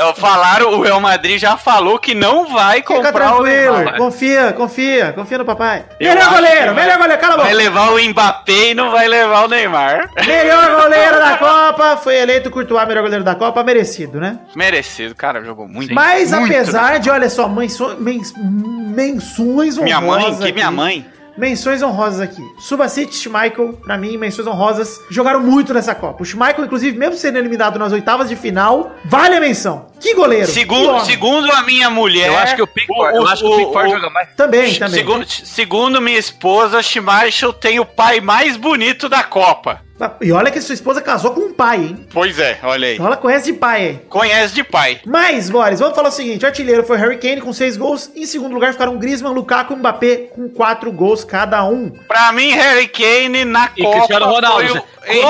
O Real Madrid já falou que não vai comprar tranquilo, o Neymar. Confia no papai. Melhor goleiro, cala a boca. Vai levar o Mbappé e não vai levar o Neymar. Melhor goleiro da Copa, foi eleito Courtois, melhor goleiro da Copa, merecido, né? Merecido, cara, jogou muito. Mas muito, apesar de, olha só, menções honrosas. Minha mãe. Menções honrosas aqui. Subasic, Schmeichel, pra mim, menções honrosas, jogaram muito nessa Copa. O Schmeichel, inclusive, mesmo sendo eliminado nas oitavas de final, vale a menção. Que goleiro. Segundo a minha mulher... Eu acho que o Pickford joga mais. Também. Segundo minha esposa, Schmeichel tem o pai mais bonito da Copa. E olha que sua esposa casou com um pai, hein? Pois é, olha aí. Então ela conhece de pai, hein? Conhece de pai. Mas, Boris, vamos falar o seguinte. O artilheiro foi Harry Kane com 6 gols. Em segundo lugar ficaram Griezmann, Lukaku e Mbappé com 4 gols cada um. Pra mim, Harry Kane na e Copa Cristiano Ronaldo.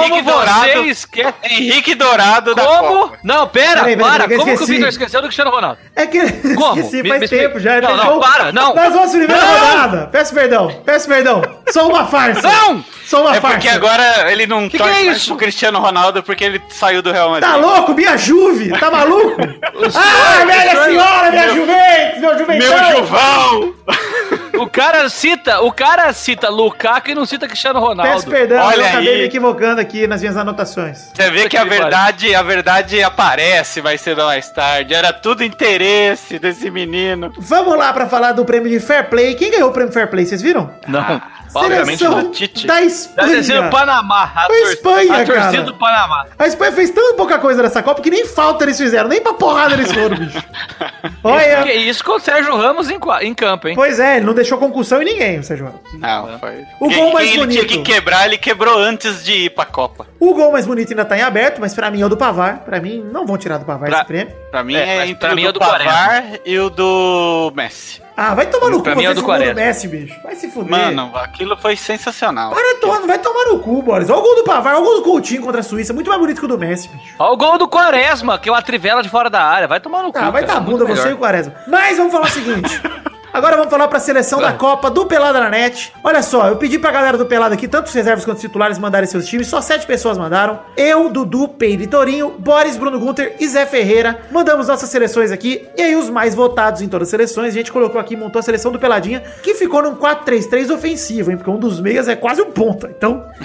Henrique Dourado da Copa. Não, pera. Como que o Vitor esqueceu do Cristiano Ronaldo? É que esqueci faz tempo já. Não. Nós vamos primeira rodada. Peço perdão. Sou uma farsa. Sou uma farsa. Porque agora ele não torce mais pro Cristiano Ronaldo porque ele saiu do Real Madrid. Tá louco? Minha Juve? Tá maluco? Velha senhora, minha Juventus, meu Juventão. Meu Juvão. O cara cita Lukaku e não cita Cristiano Ronaldo. Peço perdão, eu acabei me equivocando aqui nas minhas anotações. Você vê que a verdade aparece, vai ser mais tarde. Era tudo interesse desse menino. Vamos lá pra falar do prêmio de Fair Play. Quem ganhou o prêmio Fair Play, vocês viram? Não. Obviamente não. Da Espanha. Deve ser o Panamá. A torcida do Panamá. A Espanha fez tão pouca coisa nessa Copa que nem falta eles fizeram, nem pra porrada eles foram, bicho. Olha. Isso com o Sérgio Ramos em campo, hein? Pois é, ele não deixou concussão em ninguém, o Sérgio Ramos. Não, foi. O gol mais bonito. Ele tinha que quebrar, ele quebrou antes de ir pra Copa. O gol mais bonito ainda tá em aberto, mas pra mim é o do Pavar. Pra mim, não vão tirar do Pavar esse prêmio. Pra mim é entre o do Pavar e o do Messi. Vai tomar no cu, você do Messi, bicho. Vai se fuder. Mano, aquilo foi sensacional. Vai tomar no cu, Boris. Olha o gol do Pavar, olha o gol do Coutinho contra a Suíça. Muito mais bonito que o do Messi, bicho. Olha o gol do Quaresma, que é uma trivela de fora da área. Vai tomar no cu. Vai dar bunda você e o Quaresma. Mas vamos falar o seguinte... Agora vamos falar pra seleção da Copa do Pelada na Net. Olha só, eu pedi pra galera do Pelada aqui, tanto os reservas quanto os titulares, mandarem seus times. Só 7 pessoas mandaram. Eu, Dudu, Peide Torinho, Boris, Bruno Gunter e Zé Ferreira. Mandamos nossas seleções aqui. E aí os mais votados em todas as seleções, a gente colocou aqui, montou a seleção do Peladinha, que ficou num 4-3-3 ofensivo, hein? Porque um dos meias é quase um ponta. Então,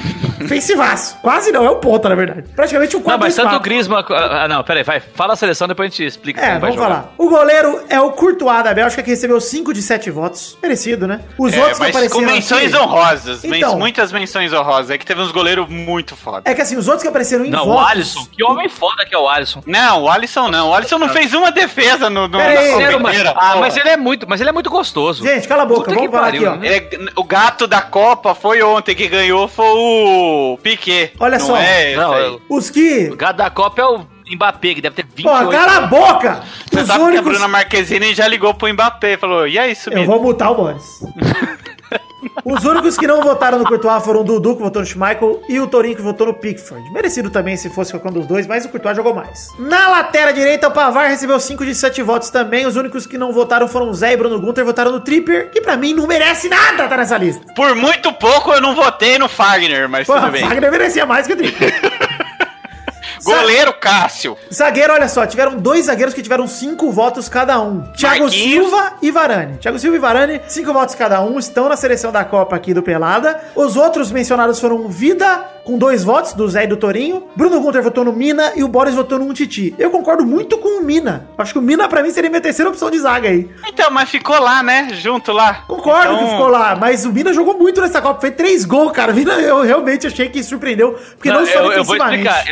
ofensivaço. Quase não, é um ponta, na verdade. Praticamente um 4-2-4. Não, mas tanto o Griezmann... Não, peraí, vai. Fala a seleção, depois a gente explica. Vamos falar. O goleiro é o Courtois da Bélgica, que recebeu 5 de 7 votos. Merecido, né? Os outros que apareceram com menções aqui... honrosas. Então, muitas menções honrosas. É que teve uns goleiros muito foda. É que assim, os outros que apareceram em votos... Não, o Alisson. Que homem foda que é o Alisson. Não, o Alisson não. O Alisson não fez uma defesa na primeira. Mas ele é muito gostoso. Gente, cala a boca. Vamos falar aqui, ó. O gato da Copa foi ontem, que ganhou foi o Piquet. Olha só. Os que... O gato da Copa é o Mbappé, que deve ter 28. Pô, cala a boca! Você sabe que a Bruna Marquezine já ligou pro Mbappé e falou, e é isso mesmo? Eu vou mutar o Boris. Os únicos que não votaram no Courtois foram o Dudu, que votou no Schmeichel, e o Torinho, que votou no Pickford. Merecido também, se fosse qualquer um dos dois, mas o Courtois jogou mais. Na lateral direita, o Pavard recebeu 5 de 7 votos também. Os únicos que não votaram foram o Zé e Bruno Gunter, votaram no Trippier, que pra mim não merece nada tá nessa lista. Por muito pouco eu não votei no Fagner, mas tudo bem. O Fagner merecia mais que o Trippier. Goleiro Cássio. Zagueiro, olha só, tiveram 2 zagueiros que tiveram 5 votos cada um. Thiago Silva e Varane. Thiago Silva e Varane, 5 votos cada um, estão na seleção da Copa aqui do Pelada. Os outros mencionados foram Vida, com 2 votos, do Zé e do Torinho. Bruno Gunter votou no Mina e o Boris votou no Titi. Eu concordo muito com o Mina. Acho que o Mina, pra mim, seria minha terceira opção de zaga aí. Então, mas ficou lá, né? Junto lá. Concordo que ficou lá, mas o Mina jogou muito nessa Copa. Fez 3 gols, cara. O Mina, eu realmente achei que surpreendeu, porque não só defensivamente. Eu vou explicar,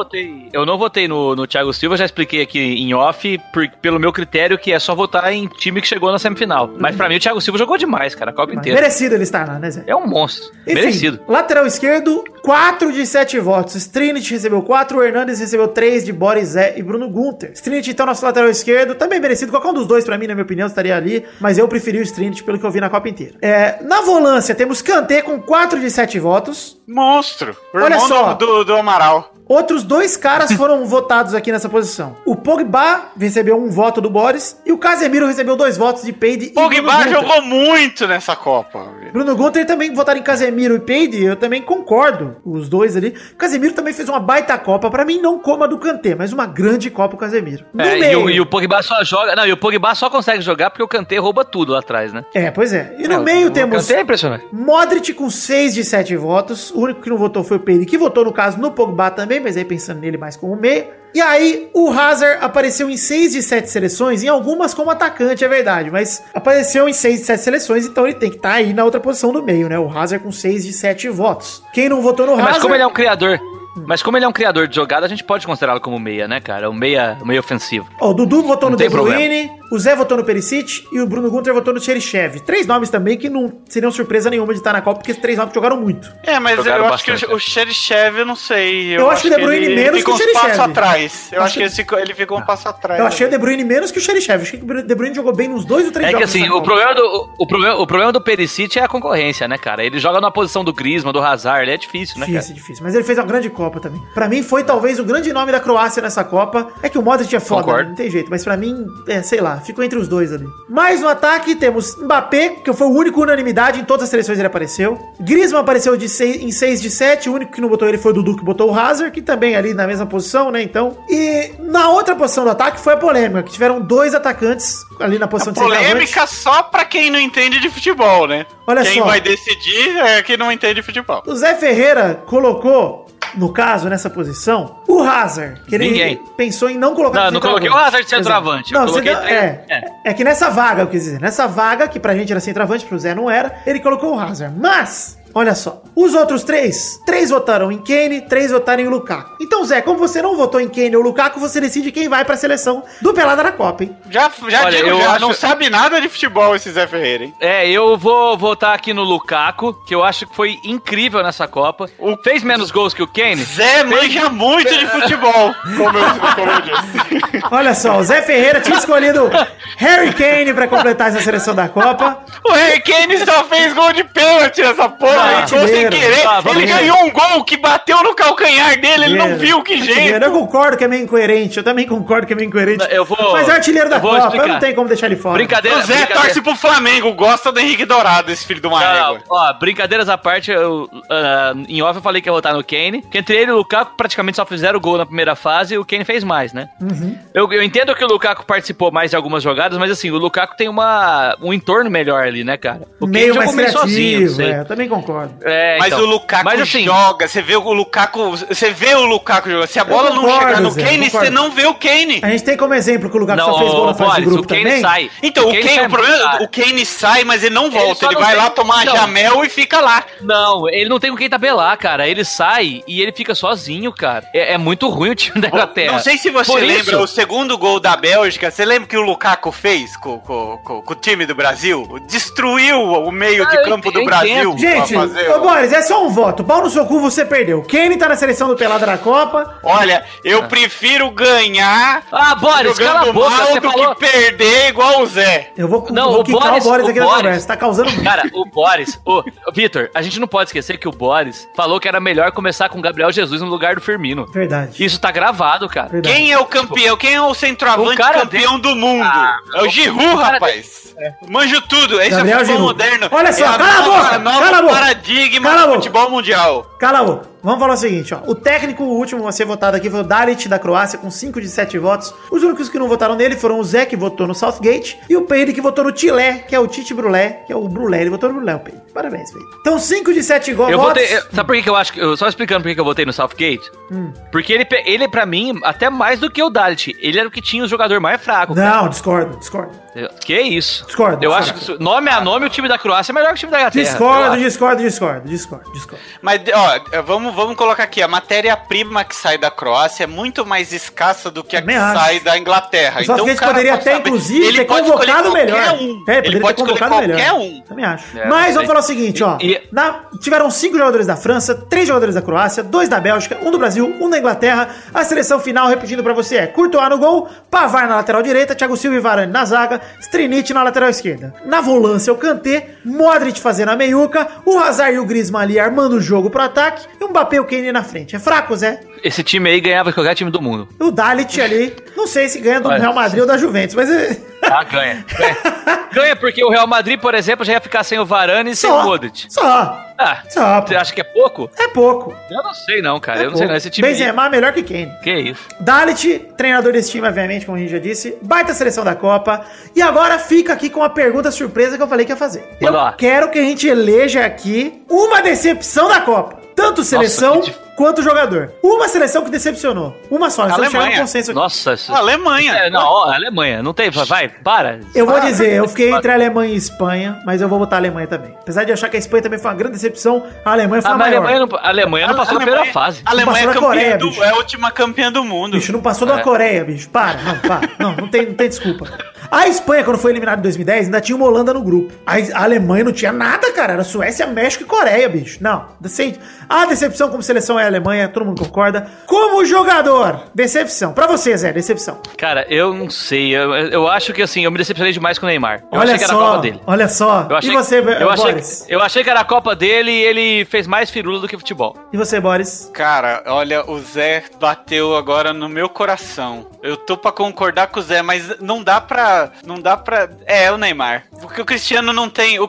eu não votei no Thiago Silva, já expliquei aqui em off, pelo meu critério, que é só votar em time que chegou na semifinal. Mas pra mim o Thiago Silva jogou demais, cara, a Copa inteira. Merecido ele estar lá, né, Zé? É um monstro. Enfim, merecido. Lateral esquerdo, 4 de 7 votos. Strinit recebeu 4, o Hernandes recebeu 3 de Boris, Zé e Bruno Gunter. Strinit, então, nosso lateral esquerdo, também merecido. Qualquer um dos dois, pra mim, na minha opinião, estaria ali, mas eu preferi o Strinit pelo que eu vi na Copa inteira. Na volância, temos Kanté com 4 de 7 votos. Monstro. Olha só. Do Amaral. Outros 2 caras foram votados aqui nessa posição. O Pogba recebeu 1 voto do Boris e o Casemiro recebeu 2 votos de Peide e Pogba jogou muito nessa Copa. Bruno Gunter também votaram em Casemiro e Peide, eu também concordo, os dois ali. O Casemiro também fez uma baita Copa, pra mim não como a do Kanté, mas uma grande Copa o Casemiro. E o Pogba só joga, e o Pogba só consegue jogar porque o Kanté rouba tudo lá atrás, né? Pois é. E no meio temos Kanté é impressionante. Modric com 6 de 7 votos, o único que não votou foi o Peide, que votou no caso no Pogba também, mas aí pensando nele mais como meia. E aí, o Hazard apareceu em 6 de 7 seleções, em algumas como atacante, é verdade, mas apareceu em 6 de 7 seleções, então ele tem que estar aí na outra posição do meio, né? O Hazard com 6 de 7 votos. Quem não votou no Hazard... Mas como ele é um criador... Mas como ele é um criador de jogada, a gente pode considerá-lo como meia, né, cara? Um meia ofensivo. O Dudu votou no De Bruyne, o Zé votou no Perisic e o Bruno Gunter votou no Cheryshev. 3 nomes também que não seriam surpresa nenhuma de estar na Copa, porque esses 3 nomes jogaram muito. Mas jogaram eu acho que o Cheryshev, eu não sei. Eu acho que o De Bruyne menos que o Cheryshev. Ficou um passo atrás. Eu acho que ele ficou um passo atrás. Eu achei o De Bruyne menos que o Cheryshev. Achei que o De Bruyne jogou bem nos 2 ou 3 jogos. É que assim, o problema do Perisic é a concorrência, né, cara? Ele joga na posição do Griezmann, do Hazard, ele é difícil, né, cara? Difícil. Mas ele fez uma grande Copa também. Pra mim foi talvez o grande nome da Croácia nessa Copa. É que o Modric é foda, né? Não tem jeito. Mas pra mim, sei lá, ficou entre os dois ali. Mais no ataque temos Mbappé, que foi o único unanimidade, em todas as seleções ele apareceu. Griezmann apareceu em 6 de 7, o único que não botou ele foi o Dudu, que botou o Hazard, que também ali na mesma posição, né, então. E na outra posição do ataque foi a polêmica, que tiveram 2 atacantes ali na posição de centroavante. Polêmica só pra quem não entende de futebol, né? Olha quem só. Vai decidir é quem não entende de futebol. O Zé Ferreira colocou, no caso, nessa posição, o Hazard, que ele pensou em não colocar... Não coloquei o Hazard de centroavante. Não, é que nessa vaga, eu quis dizer, nessa vaga, que pra gente era centroavante, pro Zé não era, ele colocou o Hazard. Mas, olha só, os outros 3 votaram em Kane, 3 votaram em Lukaku. Então, Zé, como você não votou em Kane ou Lukaku, você decide quem vai pra seleção do Pelada na Copa, hein? Não sabe nada de futebol esse Zé Ferreira, hein? Eu vou votar aqui no Lukaku, que eu acho que foi incrível nessa Copa. Fez menos gols que o Kane. Zé manja muito de futebol, como eu disse. Olha só, o Zé Ferreira tinha escolhido Harry Kane pra completar essa seleção da Copa. O Harry Kane só fez gol de pênalti nessa porra, gol sem querer. Ele ganhou um gol que bateu no calcanhar dele, ele não viu que jeito. Eu concordo que é meio incoerente, eu também concordo que é meio incoerente. Mas é artilheiro da Copa, eu não tenho como deixar ele fora. Brincadeira. O Zé torce pro Flamengo, gosta do Henrique Dourado, esse filho de uma égua. Brincadeiras à parte, em off eu falei que ia votar no Kane, que entre ele e o Lukaku praticamente só fizeram gol na primeira fase e o Kane fez mais, né? Uhum. Eu entendo que o Lukaku participou mais de algumas jogadas, mas assim, o Lukaku tem um entorno melhor ali, né, cara? O Kane jogou meio sozinho, eu também concordo. concordo. Mas então, o Lukaku assim, joga, você vê o Lukaku jogar. Se a bola não chegar no Kane, você não vê o Kane. A gente tem como exemplo que o Lukaku só fez gol na fase de grupo também. Sai. Então, o problema é o Kane sai, mas ele não volta. Ele vai lá tomar jamel e fica lá. Não, ele não tem com quem tabelar, cara. Ele sai e ele fica sozinho, cara. É muito ruim o time da Inglaterra. Não sei se você lembra o segundo gol da Bélgica. Você lembra que o Lukaku fez com o time do Brasil? Destruiu o meio de campo do Brasil. Gente, Boris, é só um voto. Pau no seu cu, você perdeu. Kane tá na seleção do Pelada da Copa. Olha, eu prefiro ganhar Boris, cala a boca, você falou que perder igual o Zé. Eu vou quicar o Boris aqui na conversa. Tá causando muito. Cara, o Boris... Vitor, a gente não pode esquecer que o Boris falou que era melhor começar com o Gabriel Jesus no lugar do Firmino. Verdade. Isso tá gravado, cara. Verdade. Quem é o campeão? Quem é o centroavante campeão do mundo? É o Giroud, rapaz. Manjo tudo. Esse é o futebol moderno. Olha só, cala a boca! Cala a boca! Paradigma do futebol mundial. Cala a boca. Vamos falar o seguinte, ó. O técnico, o último a ser votado aqui foi o Dalit, da Croácia, com 5 de 7 votos. Os únicos que não votaram nele foram o Zé, que votou no Southgate, e o Peire, que votou no Tilé, que é o Tite Brulé, que é o Brulé. Ele votou no Brulé, o Peire. Parabéns, Peire. Então, 5 de 7 votos. Sabe por que eu acho que... Só explicando por que eu votei no Southgate. Porque ele, pra mim, até mais do que o Dalit, ele era o que tinha o jogador mais fraco. Não, cara. Discordo. Que isso? Discordo. Eu acho que, nome a nome, o time da Croácia é melhor que o time da Inglaterra. Discordo. Mas, ó, vamos colocar aqui, a matéria-prima que sai da Croácia é muito mais escassa do que a que sai da Inglaterra. Então o cara poderia até, inclusive, ter convocado melhor. Ele pode escolher qualquer um. Também acho. Mas vamos falar o seguinte, ó. Tiveram 5 jogadores da França, 3 jogadores da Croácia, 2 da Bélgica, 1 do Brasil, 1 da Inglaterra. A seleção final, repetindo pra você, é Courtois no gol, Pavard na lateral direita, Thiago Silva e Varane na zaga, Strinic na lateral esquerda. Na volância, o Kanté, Modric fazendo a meiuca, o Hazard e o Griezmann ali armando o jogo pro ataque, e o Mbappé e o Kane na frente. É fraco, Zé? Esse time aí ganhava qualquer time do mundo. O Dalit ali, não sei se ganha do Real Madrid ou da Juventus, mas... ganha. Ganha porque o Real Madrid, por exemplo, já ia ficar sem o Varane e sem o Modric. Só. Você acha que é pouco? É pouco. Eu não sei não, cara. Eu não sei não. Esse time Benzema é melhor que Kane. Que isso. Dalit, treinador desse time, obviamente, como a gente já disse. Baita seleção da Copa. E agora fica aqui com a pergunta surpresa que eu falei que ia fazer. Quero que a gente eleja aqui uma decepção da Copa. Tanto seleção quanto jogador. Uma seleção que decepcionou. Uma só. Alemanha. Um consenso aqui. Nossa. Alemanha. Alemanha. Não tem. Vai, para. Eu vou dizer, eu fiquei entre a Alemanha e a Espanha, mas eu vou botar a Alemanha também. Apesar de achar que a Espanha também foi uma grande decepção, a Alemanha foi a maior. A Alemanha não passou da primeira fase. A Alemanha é a última campeã do mundo. Bicho, não passou da Coreia, bicho. Para. Não tem desculpa. A Espanha, quando foi eliminada em 2010, ainda tinha uma Holanda no grupo. A Alemanha não tinha nada, cara. Era Suécia, México e Coreia, bicho. Não. A decepção como seleção é a Alemanha, todo mundo concorda. Como jogador, decepção. Pra você, Zé, decepção. Cara, eu não sei. Eu acho que, assim, eu me decepcionei demais com o Neymar. Eu achei que era a Copa dele. Olha só. E você, Boris? Eu achei que era a Copa dele e ele fez mais firula do que futebol. E você, Boris? Cara, olha, o Zé bateu agora no meu coração. Eu tô pra concordar com o Zé, mas não dá pra... É, o Neymar. Porque o Cristiano não tem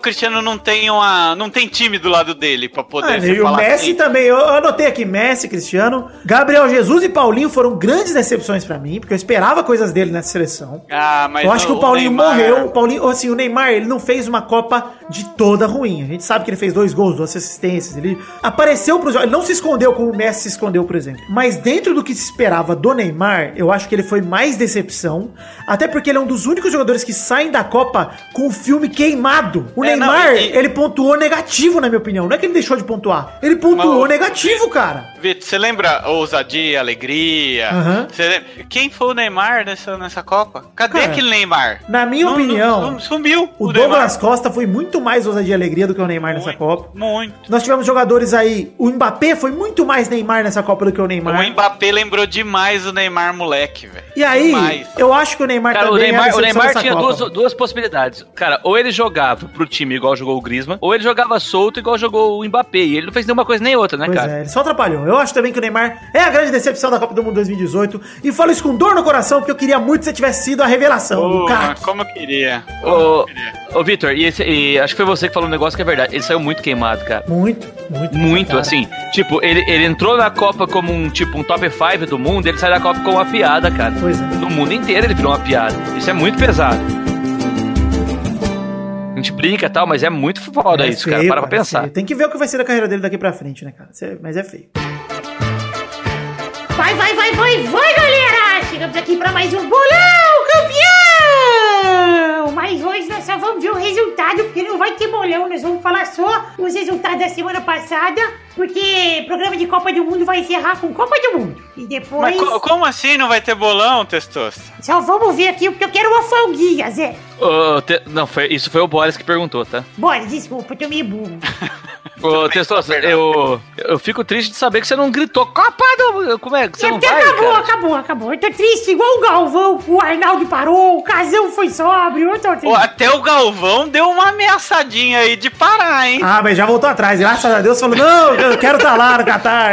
time do lado dele pra poder e o Messi assim. Também. Eu anotei aqui Messi, Cristiano, Gabriel Jesus e Paulinho foram grandes decepções pra mim, porque eu esperava coisas dele nessa seleção. Mas eu acho que o Paulinho morreu. O Paulinho, assim, o Neymar, ele não fez uma Copa de toda ruim. A gente sabe que ele fez 2 gols, 2 assistências. Ele apareceu pros jogos. Ele não se escondeu como o Messi se escondeu, por exemplo. Mas dentro do que se esperava do Neymar, eu acho que ele foi mais decepção. Até porque ele é um dos únicos jogadores que saem da Copa com o filme queimado. O Neymar, ele pontuou negativo, na minha opinião. Não é que ele deixou de pontuar. Ele pontuou negativo, cara. Vitor, você lembra ousadia, alegria? Quem foi o Neymar nessa Copa? Cadê aquele Neymar? Na minha opinião, sumiu. O Douglas Costa foi muito mais ousadia e alegria do que o Neymar nessa Copa. Muito. Nós tivemos jogadores aí. O Mbappé foi muito mais Neymar nessa Copa do que o Neymar. O Mbappé lembrou demais o Neymar moleque, velho. E aí, eu acho que o Neymar também o Neymar tinha duas possibilidades. Cara, ou ele jogava pro time igual jogou o Griezmann, ou ele jogava solto igual jogou o Mbappé. E ele não fez nenhuma coisa nem outra, né, cara? Ele só atrapalhou. Eu acho também que o Neymar é a grande decepção da Copa do Mundo 2018. E falo isso com dor no coração, porque eu queria muito que você tivesse sido a revelação do cara. Como eu queria. Ô, Vitor, e acho que foi você que falou um negócio que é verdade. Ele saiu muito queimado, cara. Muito, assim. Tipo, ele entrou na Copa como um top 5 do mundo, ele sai da Copa como uma piada, cara. No mundo inteiro ele virou uma piada. Isso é muito pesado. gente brinca e tal, mas é muito foda isso, feio, cara. Para pra pensar. Tem que ver o que vai ser da carreira dele daqui pra frente, né, cara? Mas é feio. Vai, galera! Chegamos aqui pra mais um bolão, campeão! Mas hoje nós só vamos ver o resultado, porque não vai ter bolão. Nós vamos falar só os resultados da semana passada, porque o programa de Copa do Mundo vai encerrar com Copa do Mundo. E depois... Mas como assim não vai ter bolão, Testosta? Só vamos ver aqui, porque eu quero uma folguinha, Zé. Não, isso foi o Boris que perguntou, tá? Boris, desculpa, eu tô meio burro. Ô, Testosta, eu fico triste de saber que você não gritou Copa do... Como é que você não vai, Acabou. Eu tô triste, igual o Galvão. O Arnaldo parou, o Casão foi sóbrio, eu tô triste. Até o Galvão deu uma ameaçadinha aí de parar, hein? Ah, mas já voltou atrás. Graças a Deus, falou, não, eu quero estar lá no Catar.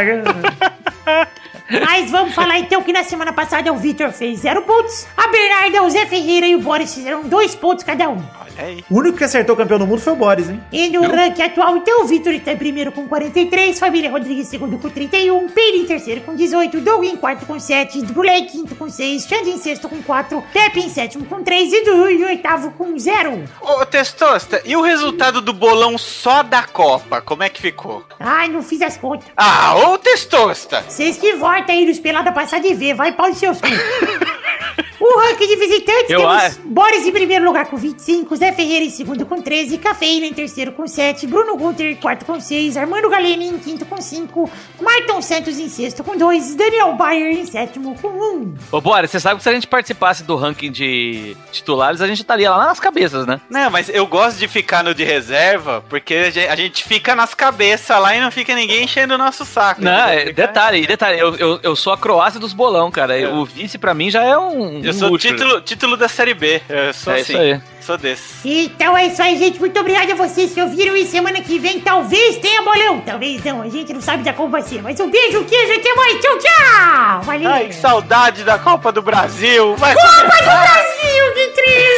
Mas vamos falar então que na semana passada o Vitor fez 0 pontos, a Bernarda, o Zé Ferreira e o Boris fizeram 2 pontos cada um. O único que acertou o campeão do mundo foi o Boris, hein? E no ranking atual, então, o Vitor está em primeiro com 43, Família Rodrigues segundo com 31, Peire em terceiro com 18, Doug em quarto com 7, Brulé em quinto com 6, Xande em sexto com 4, Pepe em sétimo com 3 e Du em oitavo com 0. Ô, Testosta, e o resultado do bolão só da Copa? Como é que ficou? Ai, não fiz as contas. Ah, ô Testosta! Vocês que voltam aí nos Pelada Passar de ver, vai para os seus cu. O ranking de visitantes temos Boris em primeiro lugar com 25, Zé Ferreira em segundo com 13, Cafeína em terceiro com 7, Bruno Gunter em quarto com 6, Armando Galeni em quinto com 5, Marton Santos em sexto com 2, Daniel Bayer em sétimo com 1. Ô Boris, você sabe que se a gente participasse do ranking de titulares, a gente estaria lá nas cabeças, né? Não, mas eu gosto de ficar no de reserva, porque a gente fica nas cabeças lá e não fica ninguém enchendo o nosso saco. Não, detalhe, eu sou a Croácia dos bolão, cara. O vice pra mim já é um... Eu sou o título da Série B. Eu sou assim. Isso aí. Sou desse. Então é isso aí, gente. Muito obrigado a vocês que ouviram. E semana que vem talvez tenha bolão. Talvez não. A gente não sabe da como vai ser. Mas um beijo, queijo. Até mais. Tchau, tchau. Valeu. Ai, que saudade da Copa do Brasil. Copa do Brasil, que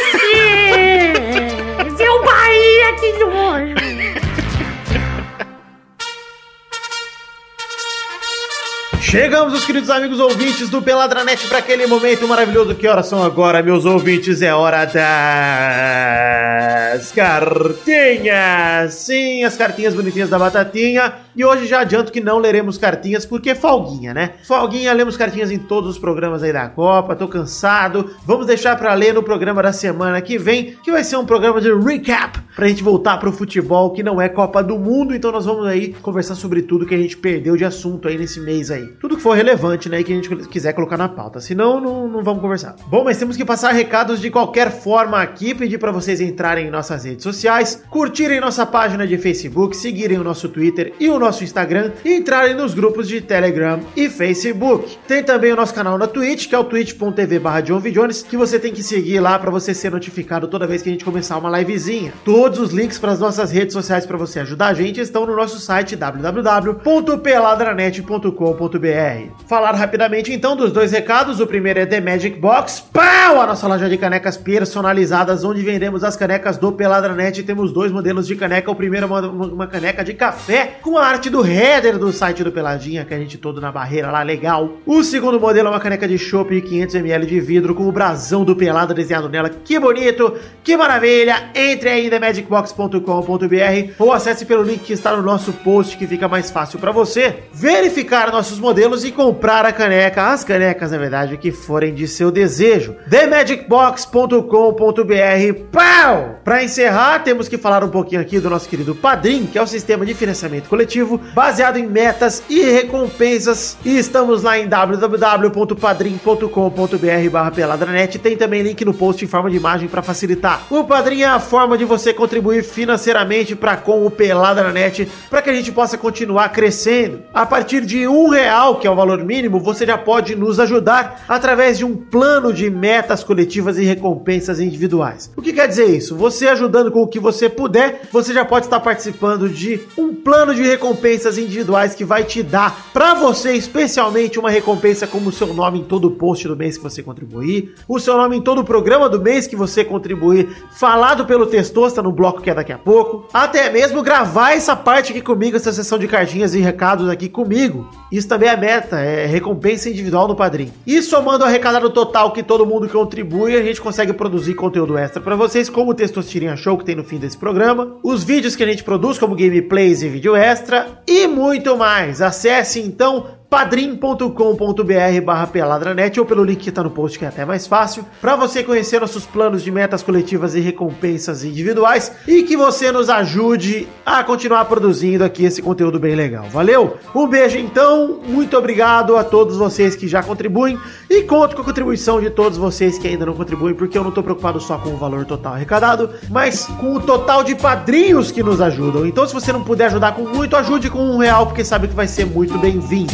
triste. Ver o Bahia aqui de longe. Chegamos, os queridos amigos ouvintes do Peladranet, para aquele momento maravilhoso. Que horas são agora, meus ouvintes? É hora das cartinhas. Sim, as cartinhas bonitinhas da Batatinha. E hoje já adianto que não leremos cartinhas, porque folguinha, né? Folguinha, lemos cartinhas em todos os programas aí da Copa. Tô cansado. Vamos deixar pra ler no programa da semana que vem, que vai ser um programa de recap, pra gente voltar pro futebol, que não é Copa do Mundo. Então nós vamos aí conversar sobre tudo que a gente perdeu de assunto aí nesse mês aí. Tudo que for relevante, né, e que a gente quiser colocar na pauta. Senão, não vamos conversar. Bom, mas temos que passar recados de qualquer forma aqui. Pedir pra vocês entrarem em nossas redes sociais, curtirem nossa página de Facebook, seguirem o nosso Twitter e o nosso Instagram e entrarem nos grupos de Telegram e Facebook. Tem também o nosso canal na Twitch, que é o twitch.tv/JohnVJones, que você tem que seguir lá pra você ser notificado toda vez que a gente começar uma livezinha. Todos os links para as nossas redes sociais pra você ajudar a gente estão no nosso site www.peladranet.com.br. Falar rapidamente então dos dois recados. O primeiro é The Magic Box, pau! A nossa loja de canecas personalizadas, onde vendemos as canecas do Peladranet. Temos 2 modelos de caneca. O primeiro é uma caneca de café com a arte do header do site do Peladinha, que a gente todo na barreira lá, legal. O segundo modelo é uma caneca de chopp de 500ml de vidro com o brasão do Pelada desenhado nela. Que bonito, que maravilha! Entre aí em themagicbox.com.br ou acesse pelo link que está no nosso post, que fica mais fácil para você verificar nossos modelos e comprar a caneca, as canecas, na verdade, que forem de seu desejo. themagicbox.com.br. Pau! Para encerrar, temos que falar um pouquinho aqui do nosso querido Padrim, que é o sistema de financiamento coletivo baseado em metas e recompensas. E estamos lá em www.padrim.com.br/peladranet. Tem também link no post em forma de imagem para facilitar. O Padrim é a forma de você contribuir financeiramente para com o Peladranet, para que a gente possa continuar crescendo. A partir de R$1, que é o valor mínimo, você já pode nos ajudar através de um plano de metas coletivas e recompensas individuais. O que quer dizer isso? Você ajudando com o que você puder, você já pode estar participando de um plano de recompensas individuais que vai te dar, para você especialmente, uma recompensa como o seu nome em todo o post do mês que você contribuir, o seu nome em todo o programa do mês que você contribuir, falado pelo Testosta no bloco que é daqui a pouco. Até mesmo gravar essa parte aqui comigo, essa sessão de cartinhas e recados aqui comigo. Isso também é meta, é recompensa individual no Padrim. E somando o arrecadado total que todo mundo contribui, a gente consegue produzir conteúdo extra pra vocês, como o Testosterinha Show que tem no fim desse programa, os vídeos que a gente produz, como gameplays e vídeo extra, e muito mais. Acesse então padrim.com.br/peladranet ou pelo link que tá no post, que é até mais fácil, para você conhecer nossos planos de metas coletivas e recompensas individuais e que você nos ajude a continuar produzindo aqui esse conteúdo bem legal. Valeu? Um beijo então, muito obrigado a todos vocês que já contribuem e conto com a contribuição de todos vocês que ainda não contribuem, porque eu não tô preocupado só com o valor total arrecadado, mas com o total de padrinhos que nos ajudam. Então, se você não puder ajudar com muito, ajude com R$1, porque sabe que vai ser muito bem-vindo.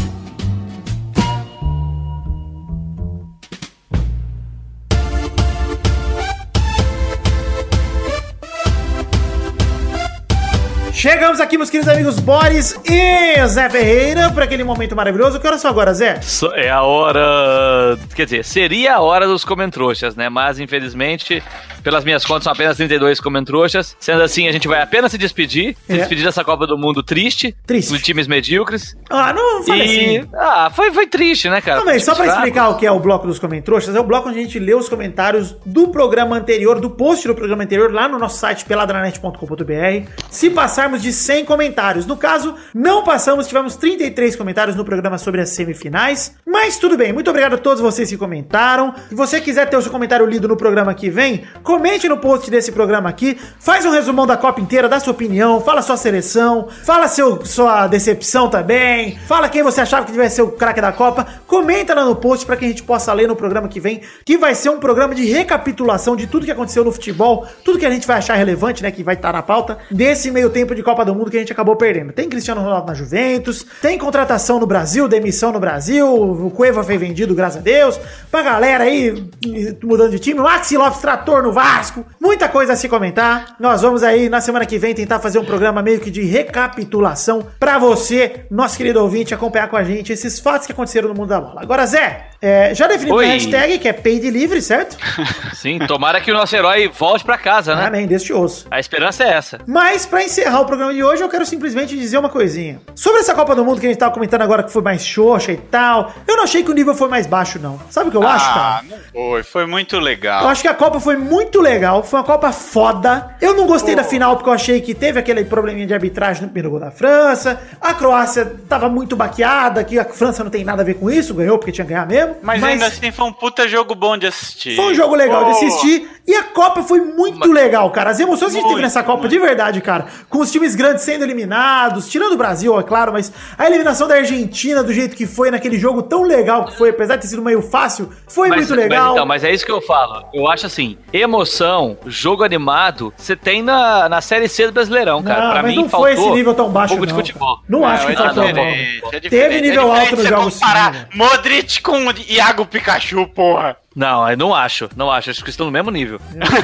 Chegamos aqui, meus queridos amigos Boris e Zé Ferreira, para aquele momento maravilhoso. Que horas são agora, Zé? É a hora... Quer dizer, seria a hora dos comentrouxas, né? Mas, infelizmente, pelas minhas contas, são apenas 32 comentrouxas. Sendo assim, a gente vai apenas se despedir. Se despedir dessa Copa do Mundo triste. De times medíocres. Ah, não falei assim. Ah, foi triste, né, cara? Não, mas só pra explicar o que é o bloco dos comentrouxas, é o bloco onde a gente lê os comentários do programa anterior, do post do programa anterior, lá no nosso site peladranet.com.br. Se passarmos de 100 comentários. No caso, não passamos, tivemos 33 comentários no programa sobre as semifinais, mas tudo bem, muito obrigado a todos vocês que comentaram. Se você quiser ter o seu comentário lido no programa que vem, comente no post desse programa aqui, faz um resumão da Copa inteira, dá sua opinião, fala sua seleção, fala sua decepção também, fala quem você achava que devia ser o craque da Copa, comenta lá no post pra que a gente possa ler no programa que vem, que vai ser um programa de recapitulação de tudo que aconteceu no futebol, tudo que a gente vai achar relevante, né, que vai estar na pauta, desse meio tempo de Copa do Mundo que a gente acabou perdendo. Tem Cristiano Ronaldo na Juventus, tem contratação no Brasil, demissão no Brasil, o Cueva foi vendido, graças a Deus, pra galera aí mudando de time, Maxi Lopes trator no Vasco, muita coisa a se comentar. Nós vamos aí na semana que vem tentar fazer um programa meio que de recapitulação pra você, nosso querido ouvinte, acompanhar com a gente esses fatos que aconteceram no mundo da bola. Agora, Zé, já definimos a hashtag, que é Pay Delivery, certo? Sim, tomara que o nosso herói volte pra casa, né? Amém, Deus te ouça. A esperança é essa. Mas, pra encerrar o programa de hoje, eu quero simplesmente dizer uma coisinha. Sobre essa Copa do Mundo que a gente tava comentando agora, que foi mais xoxa e tal, eu não achei que o nível foi mais baixo, não. Sabe o que eu acho, cara? Não foi muito legal. Eu acho que a Copa foi muito legal, foi uma Copa foda. Eu não gostei da final porque eu achei que teve aquele probleminha de arbitragem no primeiro gol da França. A Croácia tava muito baqueada, que a França não tem nada a ver com isso, ganhou porque tinha que ganhar mesmo. Mas ainda assim foi um puta jogo bom de assistir. Foi um jogo legal de assistir. E a Copa foi muito legal, cara. As emoções que a gente teve nessa Copa, de verdade, cara. Com os times grandes sendo eliminados, tirando o Brasil, é claro, mas a eliminação da Argentina do jeito que foi naquele jogo tão legal que foi, apesar de ter sido meio fácil, foi muito legal. Mas é isso que eu falo. Eu acho assim, emoção, jogo animado, você tem na Série C do Brasileirão, cara. Pra mim, não foi esse nível tão baixo, um pouco de futebol. Não acho que faltou. Teve nível alto nos jogos. Comparar Modric com Iago Pikachu, porra. Não, eu não acho. Acho que estão no mesmo nível.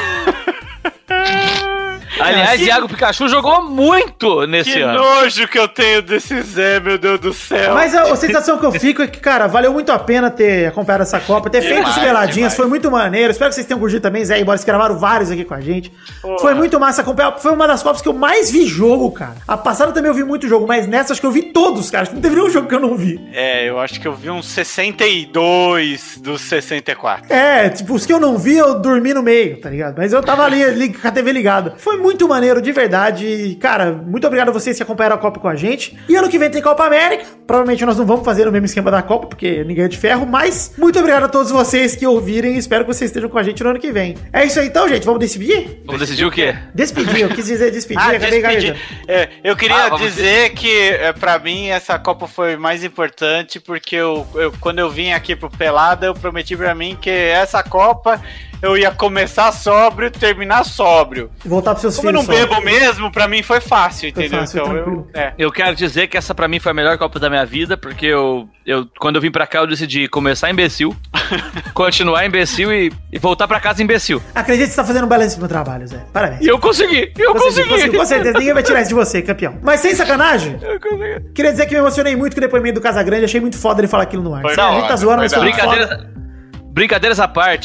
Aliás, Iago Pikachu jogou muito nesse ano. Que nojo que eu tenho desse Zé, meu Deus do céu. Mas a sensação que eu fico é que, cara, valeu muito a pena ter acompanhado essa Copa, ter feito as peladinhas, foi muito maneiro. Espero que vocês tenham curtido também, Zé e Boris, que gravaram vários aqui com a gente. Porra. Foi muito massa acompanhar. Foi uma das Copas que eu mais vi jogo, cara. A passada também eu vi muito jogo, mas nessa acho que eu vi todos, cara. Acho que não teve nenhum jogo que eu não vi. Eu acho que eu vi uns 62 dos 64. Tipo, os que eu não vi, eu dormi no meio, tá ligado? Mas eu tava ali com a TV ligada. Foi muito maneiro, de verdade. Cara, muito obrigado a vocês que acompanharam a Copa com a gente. E ano que vem tem Copa América. Provavelmente nós não vamos fazer o mesmo esquema da Copa, porque ninguém é de ferro. Mas muito obrigado a todos vocês que ouvirem. Espero que vocês estejam com a gente no ano que vem. É isso aí então, gente. Vamos decidir? Vamos decidir o quê? Despedir. Eu quis dizer despedir. Despedir. Eu queria dizer que, pra mim, essa Copa foi mais importante, porque quando eu vim aqui pro Pelada, eu prometi pra mim que essa Copa eu ia começar sóbrio, terminar sóbrio. Voltar pros seus filhos. Como eu não bebo mesmo, pra mim foi fácil, entendeu? Fácil, então eu quero dizer que essa pra mim foi a melhor Copa da minha vida, porque quando eu vim pra cá eu decidi começar imbecil, continuar imbecil e voltar pra casa imbecil. Acredito que você tá fazendo um balanço no trabalho, Zé. Parabéns. E eu consegui. Com certeza, ninguém vai tirar isso de você, campeão. Mas sem sacanagem, eu consegui. Queria dizer que me emocionei muito com o depoimento do Casagrande, achei muito foda ele falar aquilo no ar. A gente tá zoando, mas foi brincadeira. Brincadeiras à parte,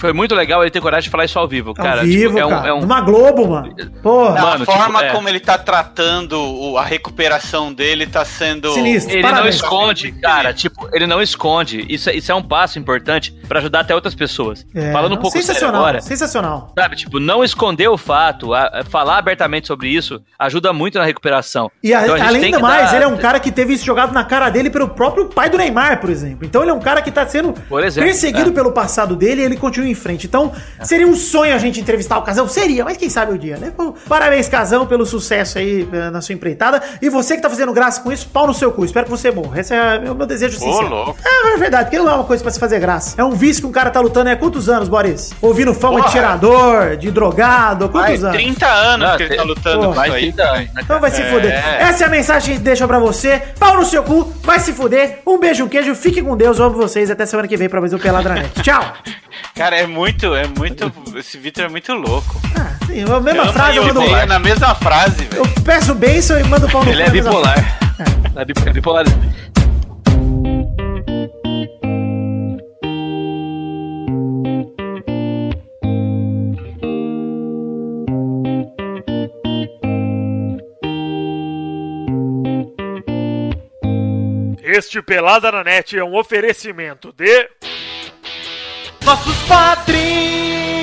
foi muito legal ele ter coragem de falar isso ao vivo, cara. Ao vivo, tipo, cara. Numa Globo, mano. Porra. Mano, a forma como ele tá tratando a recuperação dele tá sendo... Sinistro. Ele não esconde, cara. Tipo, ele não esconde. Isso é um passo importante pra ajudar até outras pessoas. Falando um pouco sério agora. Sensacional. Sabe, tipo, não esconder o fato, falar abertamente sobre isso, ajuda muito na recuperação. E então, além do mais, ele é um cara que teve isso jogado na cara dele pelo próprio pai do Neymar, por exemplo. Então ele é um cara que tá sendo perseguido pelo passado dele e ele continua em frente. Então, seria um sonho a gente entrevistar o Casão? Seria, mas quem sabe o dia, né? Parabéns, Casão, pelo sucesso aí na sua empreitada. E você que tá fazendo graça com isso, pau no seu cu. Espero que você morra. Esse é o meu desejo sincero. É verdade, porque não é uma coisa pra se fazer graça. É um vício que um cara tá lutando há quantos anos, Boris? Ouvindo fama de tirador, de drogado, quantos anos? 30 anos que ele tá lutando com isso aí. 30 anos. Então vai se fuder. Essa é a mensagem que a gente deixa pra você. Pau no seu cu, vai se fuder. Um beijo, um queijo, fique com Deus, eu amo vocês. Até semana que vem pra mais um Peladranet. Tchau! Cara, é muito. Esse Vitor é muito louco. Sim, a mesma frase eu mando. Na mesma frase, velho. Eu peço bênção e mando pau no cu. Ele é bipolar. É bipolar. Este Pelada na Net é um oferecimento de... nossos padrinhos!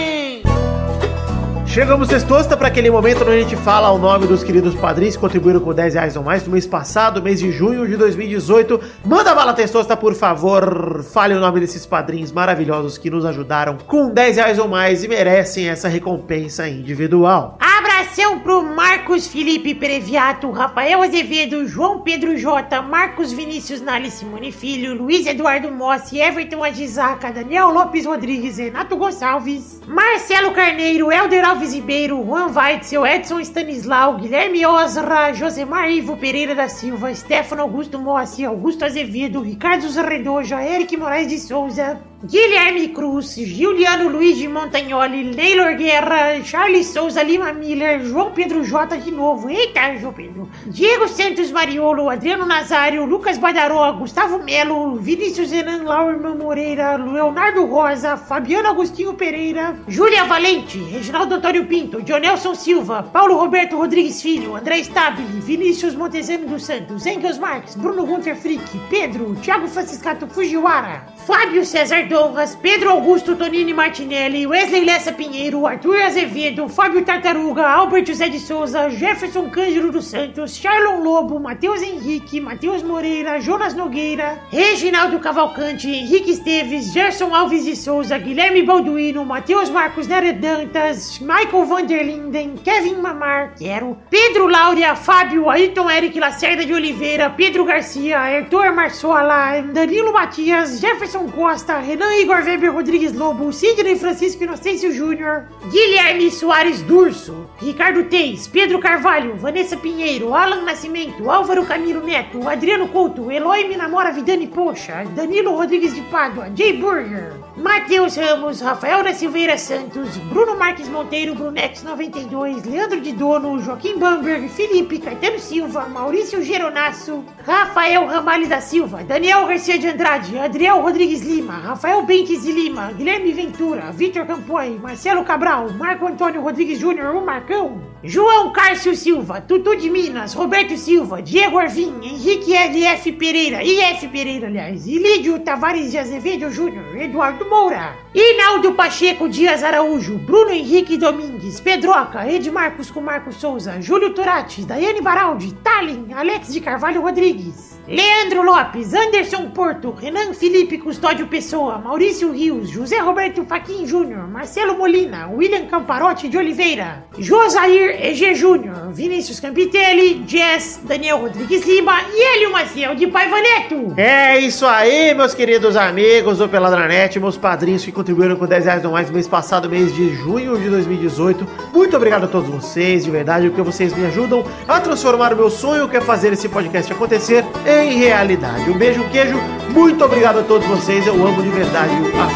Chegamos sexta para aquele momento onde a gente fala o nome dos queridos padrinhos que contribuíram com R$10 ou mais no mês passado, mês de junho de 2018. Manda bala, Testosta, por favor. Fale o nome desses padrinhos maravilhosos que nos ajudaram com R$10 ou mais e merecem essa recompensa individual. Abração pro Marcos Felipe Previato, Rafael Azevedo, João Pedro J, Marcos Vinícius Nali Simone Filho, Luiz Eduardo Mossi, Everton Agisaca, Daniel Lopes Rodrigues, Renato Gonçalves, Marcelo Carneiro, Helder Alves Ribeiro, Juan Weitzel, Edson Stanislau, Guilherme Osra, Josemar Ivo Pereira da Silva, Stefano Augusto Mossi, Augusto Azevedo, Ricardo Zarredoja, Eric Moraes de Souza, Guilherme Cruz, Giuliano Luiz de Montagnoli, Neylor Guerra, Charles Souza Lima Miller, João Pedro J de novo, eita João Pedro, Diego Santos Mariolo, Adriano Nazário, Lucas Badaró, Gustavo Melo, Vinícius Renan Laurman Moreira, Leonardo Rosa, Fabiano Agostinho Pereira, Júlia Valente, Reginaldo Antônio Pinto, Dionelson Silva, Paulo Roberto Rodrigues Filho, André Stabile, Vinícius Montezano dos Santos, Engels Marques, Bruno Gunter Frick, Pedro, Thiago Franciscato Fujiwara, Fábio César Donras, Pedro Augusto Tonini Martinelli, Wesley Lessa Pinheiro, Arthur Azevedo, Fábio Tartaruga, Albert José de Souza, Jefferson Cândido dos Santos, Charlon Lobo, Matheus Henrique, Matheus Moreira, Jonas Nogueira, Reginaldo Cavalcante, Henrique Esteves, Gerson Alves de Souza, Guilherme Balduino, Matheus Marcos Nery Dantas, Michael Vanderlinden, Kevin Mamar, Pedro Laura, Fábio, Ayrton Eric Lacerda de Oliveira, Pedro Garcia, Arthur Marçola, Danilo Matias, Jefferson Costa, Renan Igor Weber Rodrigues Lobo, Sidney Francisco Inocêncio Júnior, Guilherme Soares Durso, Ricardo Teis, Pedro Carvalho, Vanessa Pinheiro, Alan Nascimento, Álvaro Camilo Neto, Adriano Couto, Eloy Minamora Vidani Poxa, Danilo Rodrigues de Pádua, Jay Burger, Matheus Ramos, Rafael da Silveira Santos, Bruno Marques Monteiro, Brunex 92, Leandro de Dono, Joaquim Bamberg, Felipe Caetano Silva, Maurício Geronasso, Rafael Ramalho da Silva, Daniel Garcia de Andrade, Adriel Rodrigues Lima, Rafael Bentes de Lima, Guilherme Ventura, Vitor Campoy, Marcelo Cabral, Marco Antônio Rodrigues Júnior, o Marcão, João Cárcio Silva, Tutu de Minas, Roberto Silva, Diego Arvim, Henrique LF Pereira, IF Pereira, aliás, Ilídio Tavares de Azevedo Júnior, Eduardo Moura, Inaldo Pacheco Dias Araújo, Bruno Henrique Domingues, Pedroca, Edmarcos com Marcos Souza, Júlio Turati, Daiane Baraldi, Tallin, Alex de Carvalho Rodrigues, Leandro Lopes, Anderson Porto, Renan Felipe Custódio Pessoa, Maurício Rios, José Roberto Faquin Júnior, Marcelo Molina, William Camparotti de Oliveira, Josair EG Júnior, Vinícius Campitelli, Jess, Daniel Rodrigues Lima e Hélio Maciel de Paiva Neto. É isso aí, meus queridos amigos do Peladranet, meus padrinhos que contribuíram com R$10 ou mais no mês passado, mês de junho de 2018. Muito obrigado a todos vocês, de verdade, porque vocês me ajudam a transformar o meu sonho, que é fazer esse podcast acontecer, em realidade. Um beijo, um queijo, muito obrigado a todos vocês, eu amo de verdade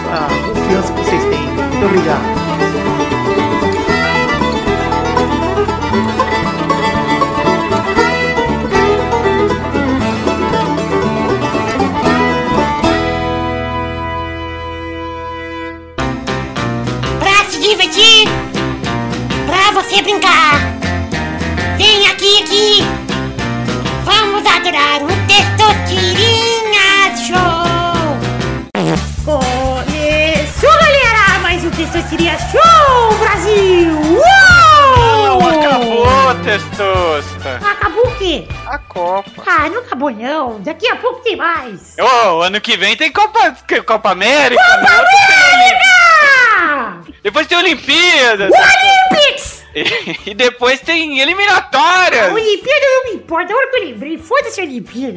a confiança que vocês têm. Muito obrigado. quer brincar? Vem aqui. Vamos adorar o Testosterinha Show. Começou, galera, mais um Testosterinha Show, Brasil. Não, acabou, Testosta. Acabou o quê? A Copa. Ah, não acabou não. Daqui a pouco tem mais. Ano que vem tem Copa América. Copa América! Depois tem Olimpíadas. Olympics! E depois tem eliminatórias. A Olimpíada não me importa, agora que eu lembrei. Foda-se a Olimpíada.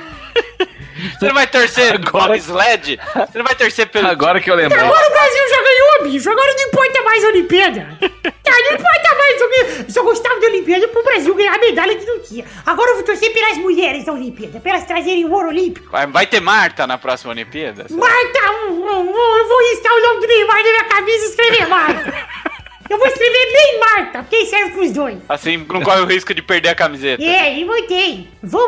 Você não vai torcer agora sled? Você não vai torcer pelo... Agora que eu lembro. Agora o Brasil já ganhou, bicho. Agora não importa mais a Olimpíada. Não importa mais. Eu só gostava da Olimpíada pro Brasil ganhar a medalha que não tinha. Agora eu vou torcer pelas mulheres da Olimpíada, pra elas trazerem o ouro olímpico. Vai ter Marta na próxima Olimpíada? Marta, eu vou riscar o nome do Neymar na minha camisa e escrever Marta. Eu vou escrever bem Marta, porque aí serve pros dois. Assim não corre o risco de perder a camiseta. E mantém.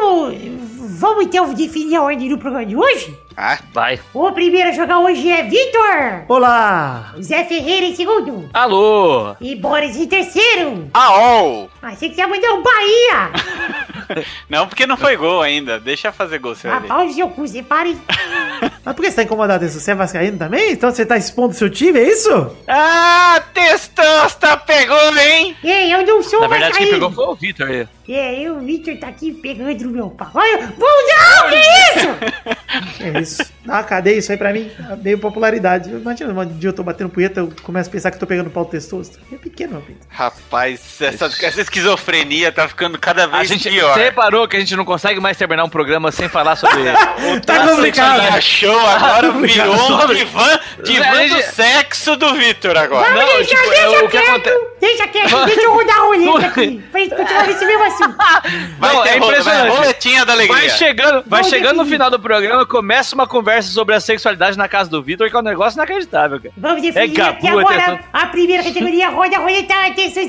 Vamos então definir a ordem do programa de hoje? Ah, vai. O primeiro a jogar hoje é Vitor. Olá. Zé Ferreira em segundo. Alô. E Boris em terceiro. Aô. Achei que você ia mandar o Bahia. Não, porque não foi gol ainda. Deixa eu fazer gol, seu ali. Pau no seu cu, você pare. Mas por que você tá incomodado isso? Você é vascaíno também? Então você tá expondo seu time, é isso? Ah, Testosta pegou, hein? Eu não sou Na verdade, quem vascaíno. pegou foi o Vitor aí. O Vitor tá aqui pegando no meu pau. Olha, não, que isso? É isso. Ah, cadê isso aí pra mim? Dei popularidade. Imagina, um dia eu tô batendo punheta, eu começo a pensar que eu tô pegando pau testoso. É pequeno, meu filho. Rapaz, essa esquizofrenia tá ficando cada vez pior. Você reparou que a gente não consegue mais terminar um programa sem falar sobre... Tá complicado. Show agora virou um divã do sexo do Vitor agora. Não, deixa quieto, deixa eu rodar a roleta aqui. Pra gente continuar nesse mesmo assunto. Não, é impressionante. Roletinha da alegria. Vai chegando no final do programa, começa uma conversa sobre a sexualidade na casa do Vitor, que é um negócio inacreditável, cara. Vamos definir aqui agora a primeira categoria. Roda a roleta, atenção,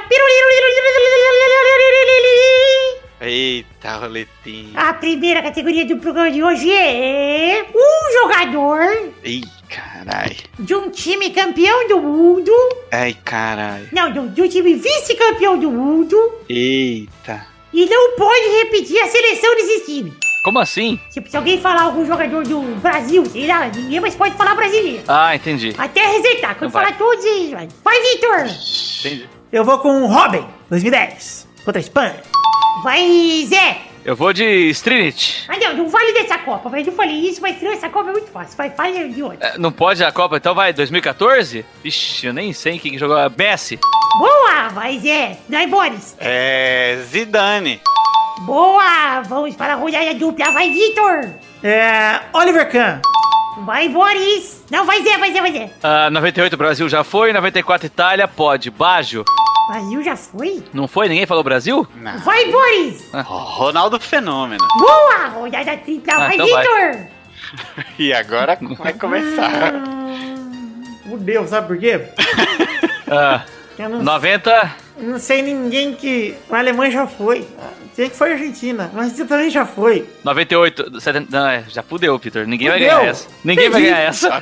Eita, roletinha. A primeira categoria do programa de hoje é um jogador. Ih, carai. De um time campeão do mundo. Ai, carai. Não, de um time vice-campeão do mundo. Eita. E não pode repetir a seleção desse time. Como assim? Tipo, se alguém falar algum jogador do Brasil, sei lá, ninguém mais pode falar brasileiro. Ah, entendi. Até resetar. Quando falar todos, vai, Vitor. Entendi. Eu vou com Robin, 2010, contra a Espanha. Vai, Zé. Eu vou de Strinit. Ah, não vale dessa Copa, mas eu falei isso, mas essa Copa é muito fácil. Fale de outra. Não pode a Copa, então vai, 2014? Ixi, eu nem sei quem jogou. Messi. Boa, vai, Zé. Vai, Boris. Zidane. Boa, vamos para a rodada dupla. Vai, Vitor. Oliver Kahn. Vai, Boris. Não, vai, Zé. 98 Brasil já foi, 94 Itália, pode. Baggio. Brasil já foi? Não foi? Ninguém falou Brasil? Não. Vai, Boris. Ronaldo Fenômeno. Boa, rodada tripla. Vai, então Vitor. E agora vai começar. Fudeu, sabe por quê? Eu não 90... Não sei ninguém que... A Alemanha já foi. Sei que foi a Argentina, mas você também já foi. 98... 70, não, já fudeu, Peter. Ninguém vai ganhar essa. Ninguém vai ganhar essa.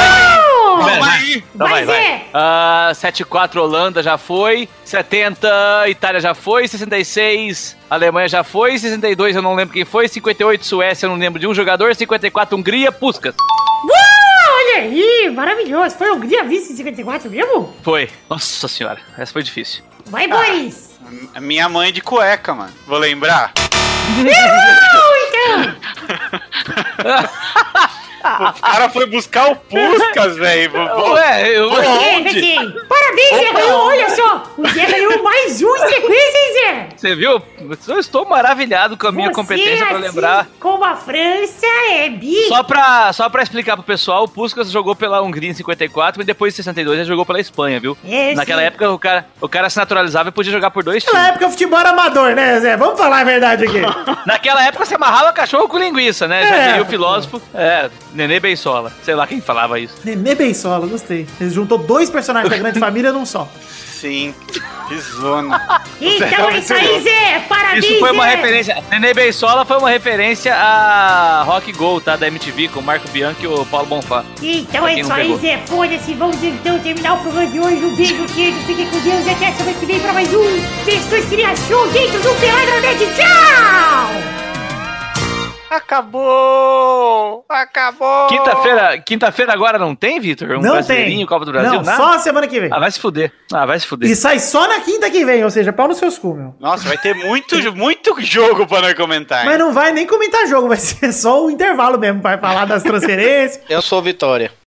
Vai. 74 Holanda já foi. 70 Itália já foi. 66 Alemanha já foi. 62 eu não lembro quem foi. 58 Suécia eu não lembro de um jogador. 54 Hungria, Puskas. Olha aí, maravilhoso. Foi a Hungria vice em 54 mesmo? Foi. Nossa senhora, essa foi difícil. Vai, Boris. Minha mãe de cueca, mano. Vou lembrar. Então. O cara foi buscar o Puskas, velho. Parabéns, Zé ganhou, olha só. O Zé ganhou mais um em sequência, hein, Zé? Você viu? Eu estou maravilhado com a minha competência pra lembrar. Como a França é bi. Só pra explicar pro pessoal, o Puskas jogou pela Hungria em 54 e depois em 62 ele jogou pela Espanha, viu? Naquela época o cara se naturalizava e podia jogar por dois times. Naquela época o futebol era amador, né, Zé? Vamos falar a verdade aqui. Naquela época você amarrava cachorro com linguiça, né? Já diria o filósofo. Nenê Bensola. Sei lá quem falava isso. Nenê Bensola, gostei. Ele juntou dois personagens da Grande Família num só. sim. Que zona. Então é isso aí, Zé. Parabéns, Isso foi uma Zé. referência. Nenê Beisola foi uma referência a Rock Go, tá? Da MTV, com o Marco Bianchi e o Paulo Bonfá. Então é isso aí, Zé. Foda-se. Vamos então terminar o programa de hoje. Um beijo, queijo. Fiquem com Deus. E até semana que vem pra mais um Pessoas Seria Show dentro do Pelada na Net. Tchau! Acabou! Quinta-feira agora não tem, Vitor? Não tem. Copa do Brasil? Não, só a semana que vem. Vai se fuder. E sai só na quinta que vem, ou seja, pau nos seus cu, meu. Nossa, vai ter muito jogo pra nós comentar. Mas não vai nem comentar jogo, vai ser só o intervalo mesmo, vai falar das transferências. Eu sou Vitória.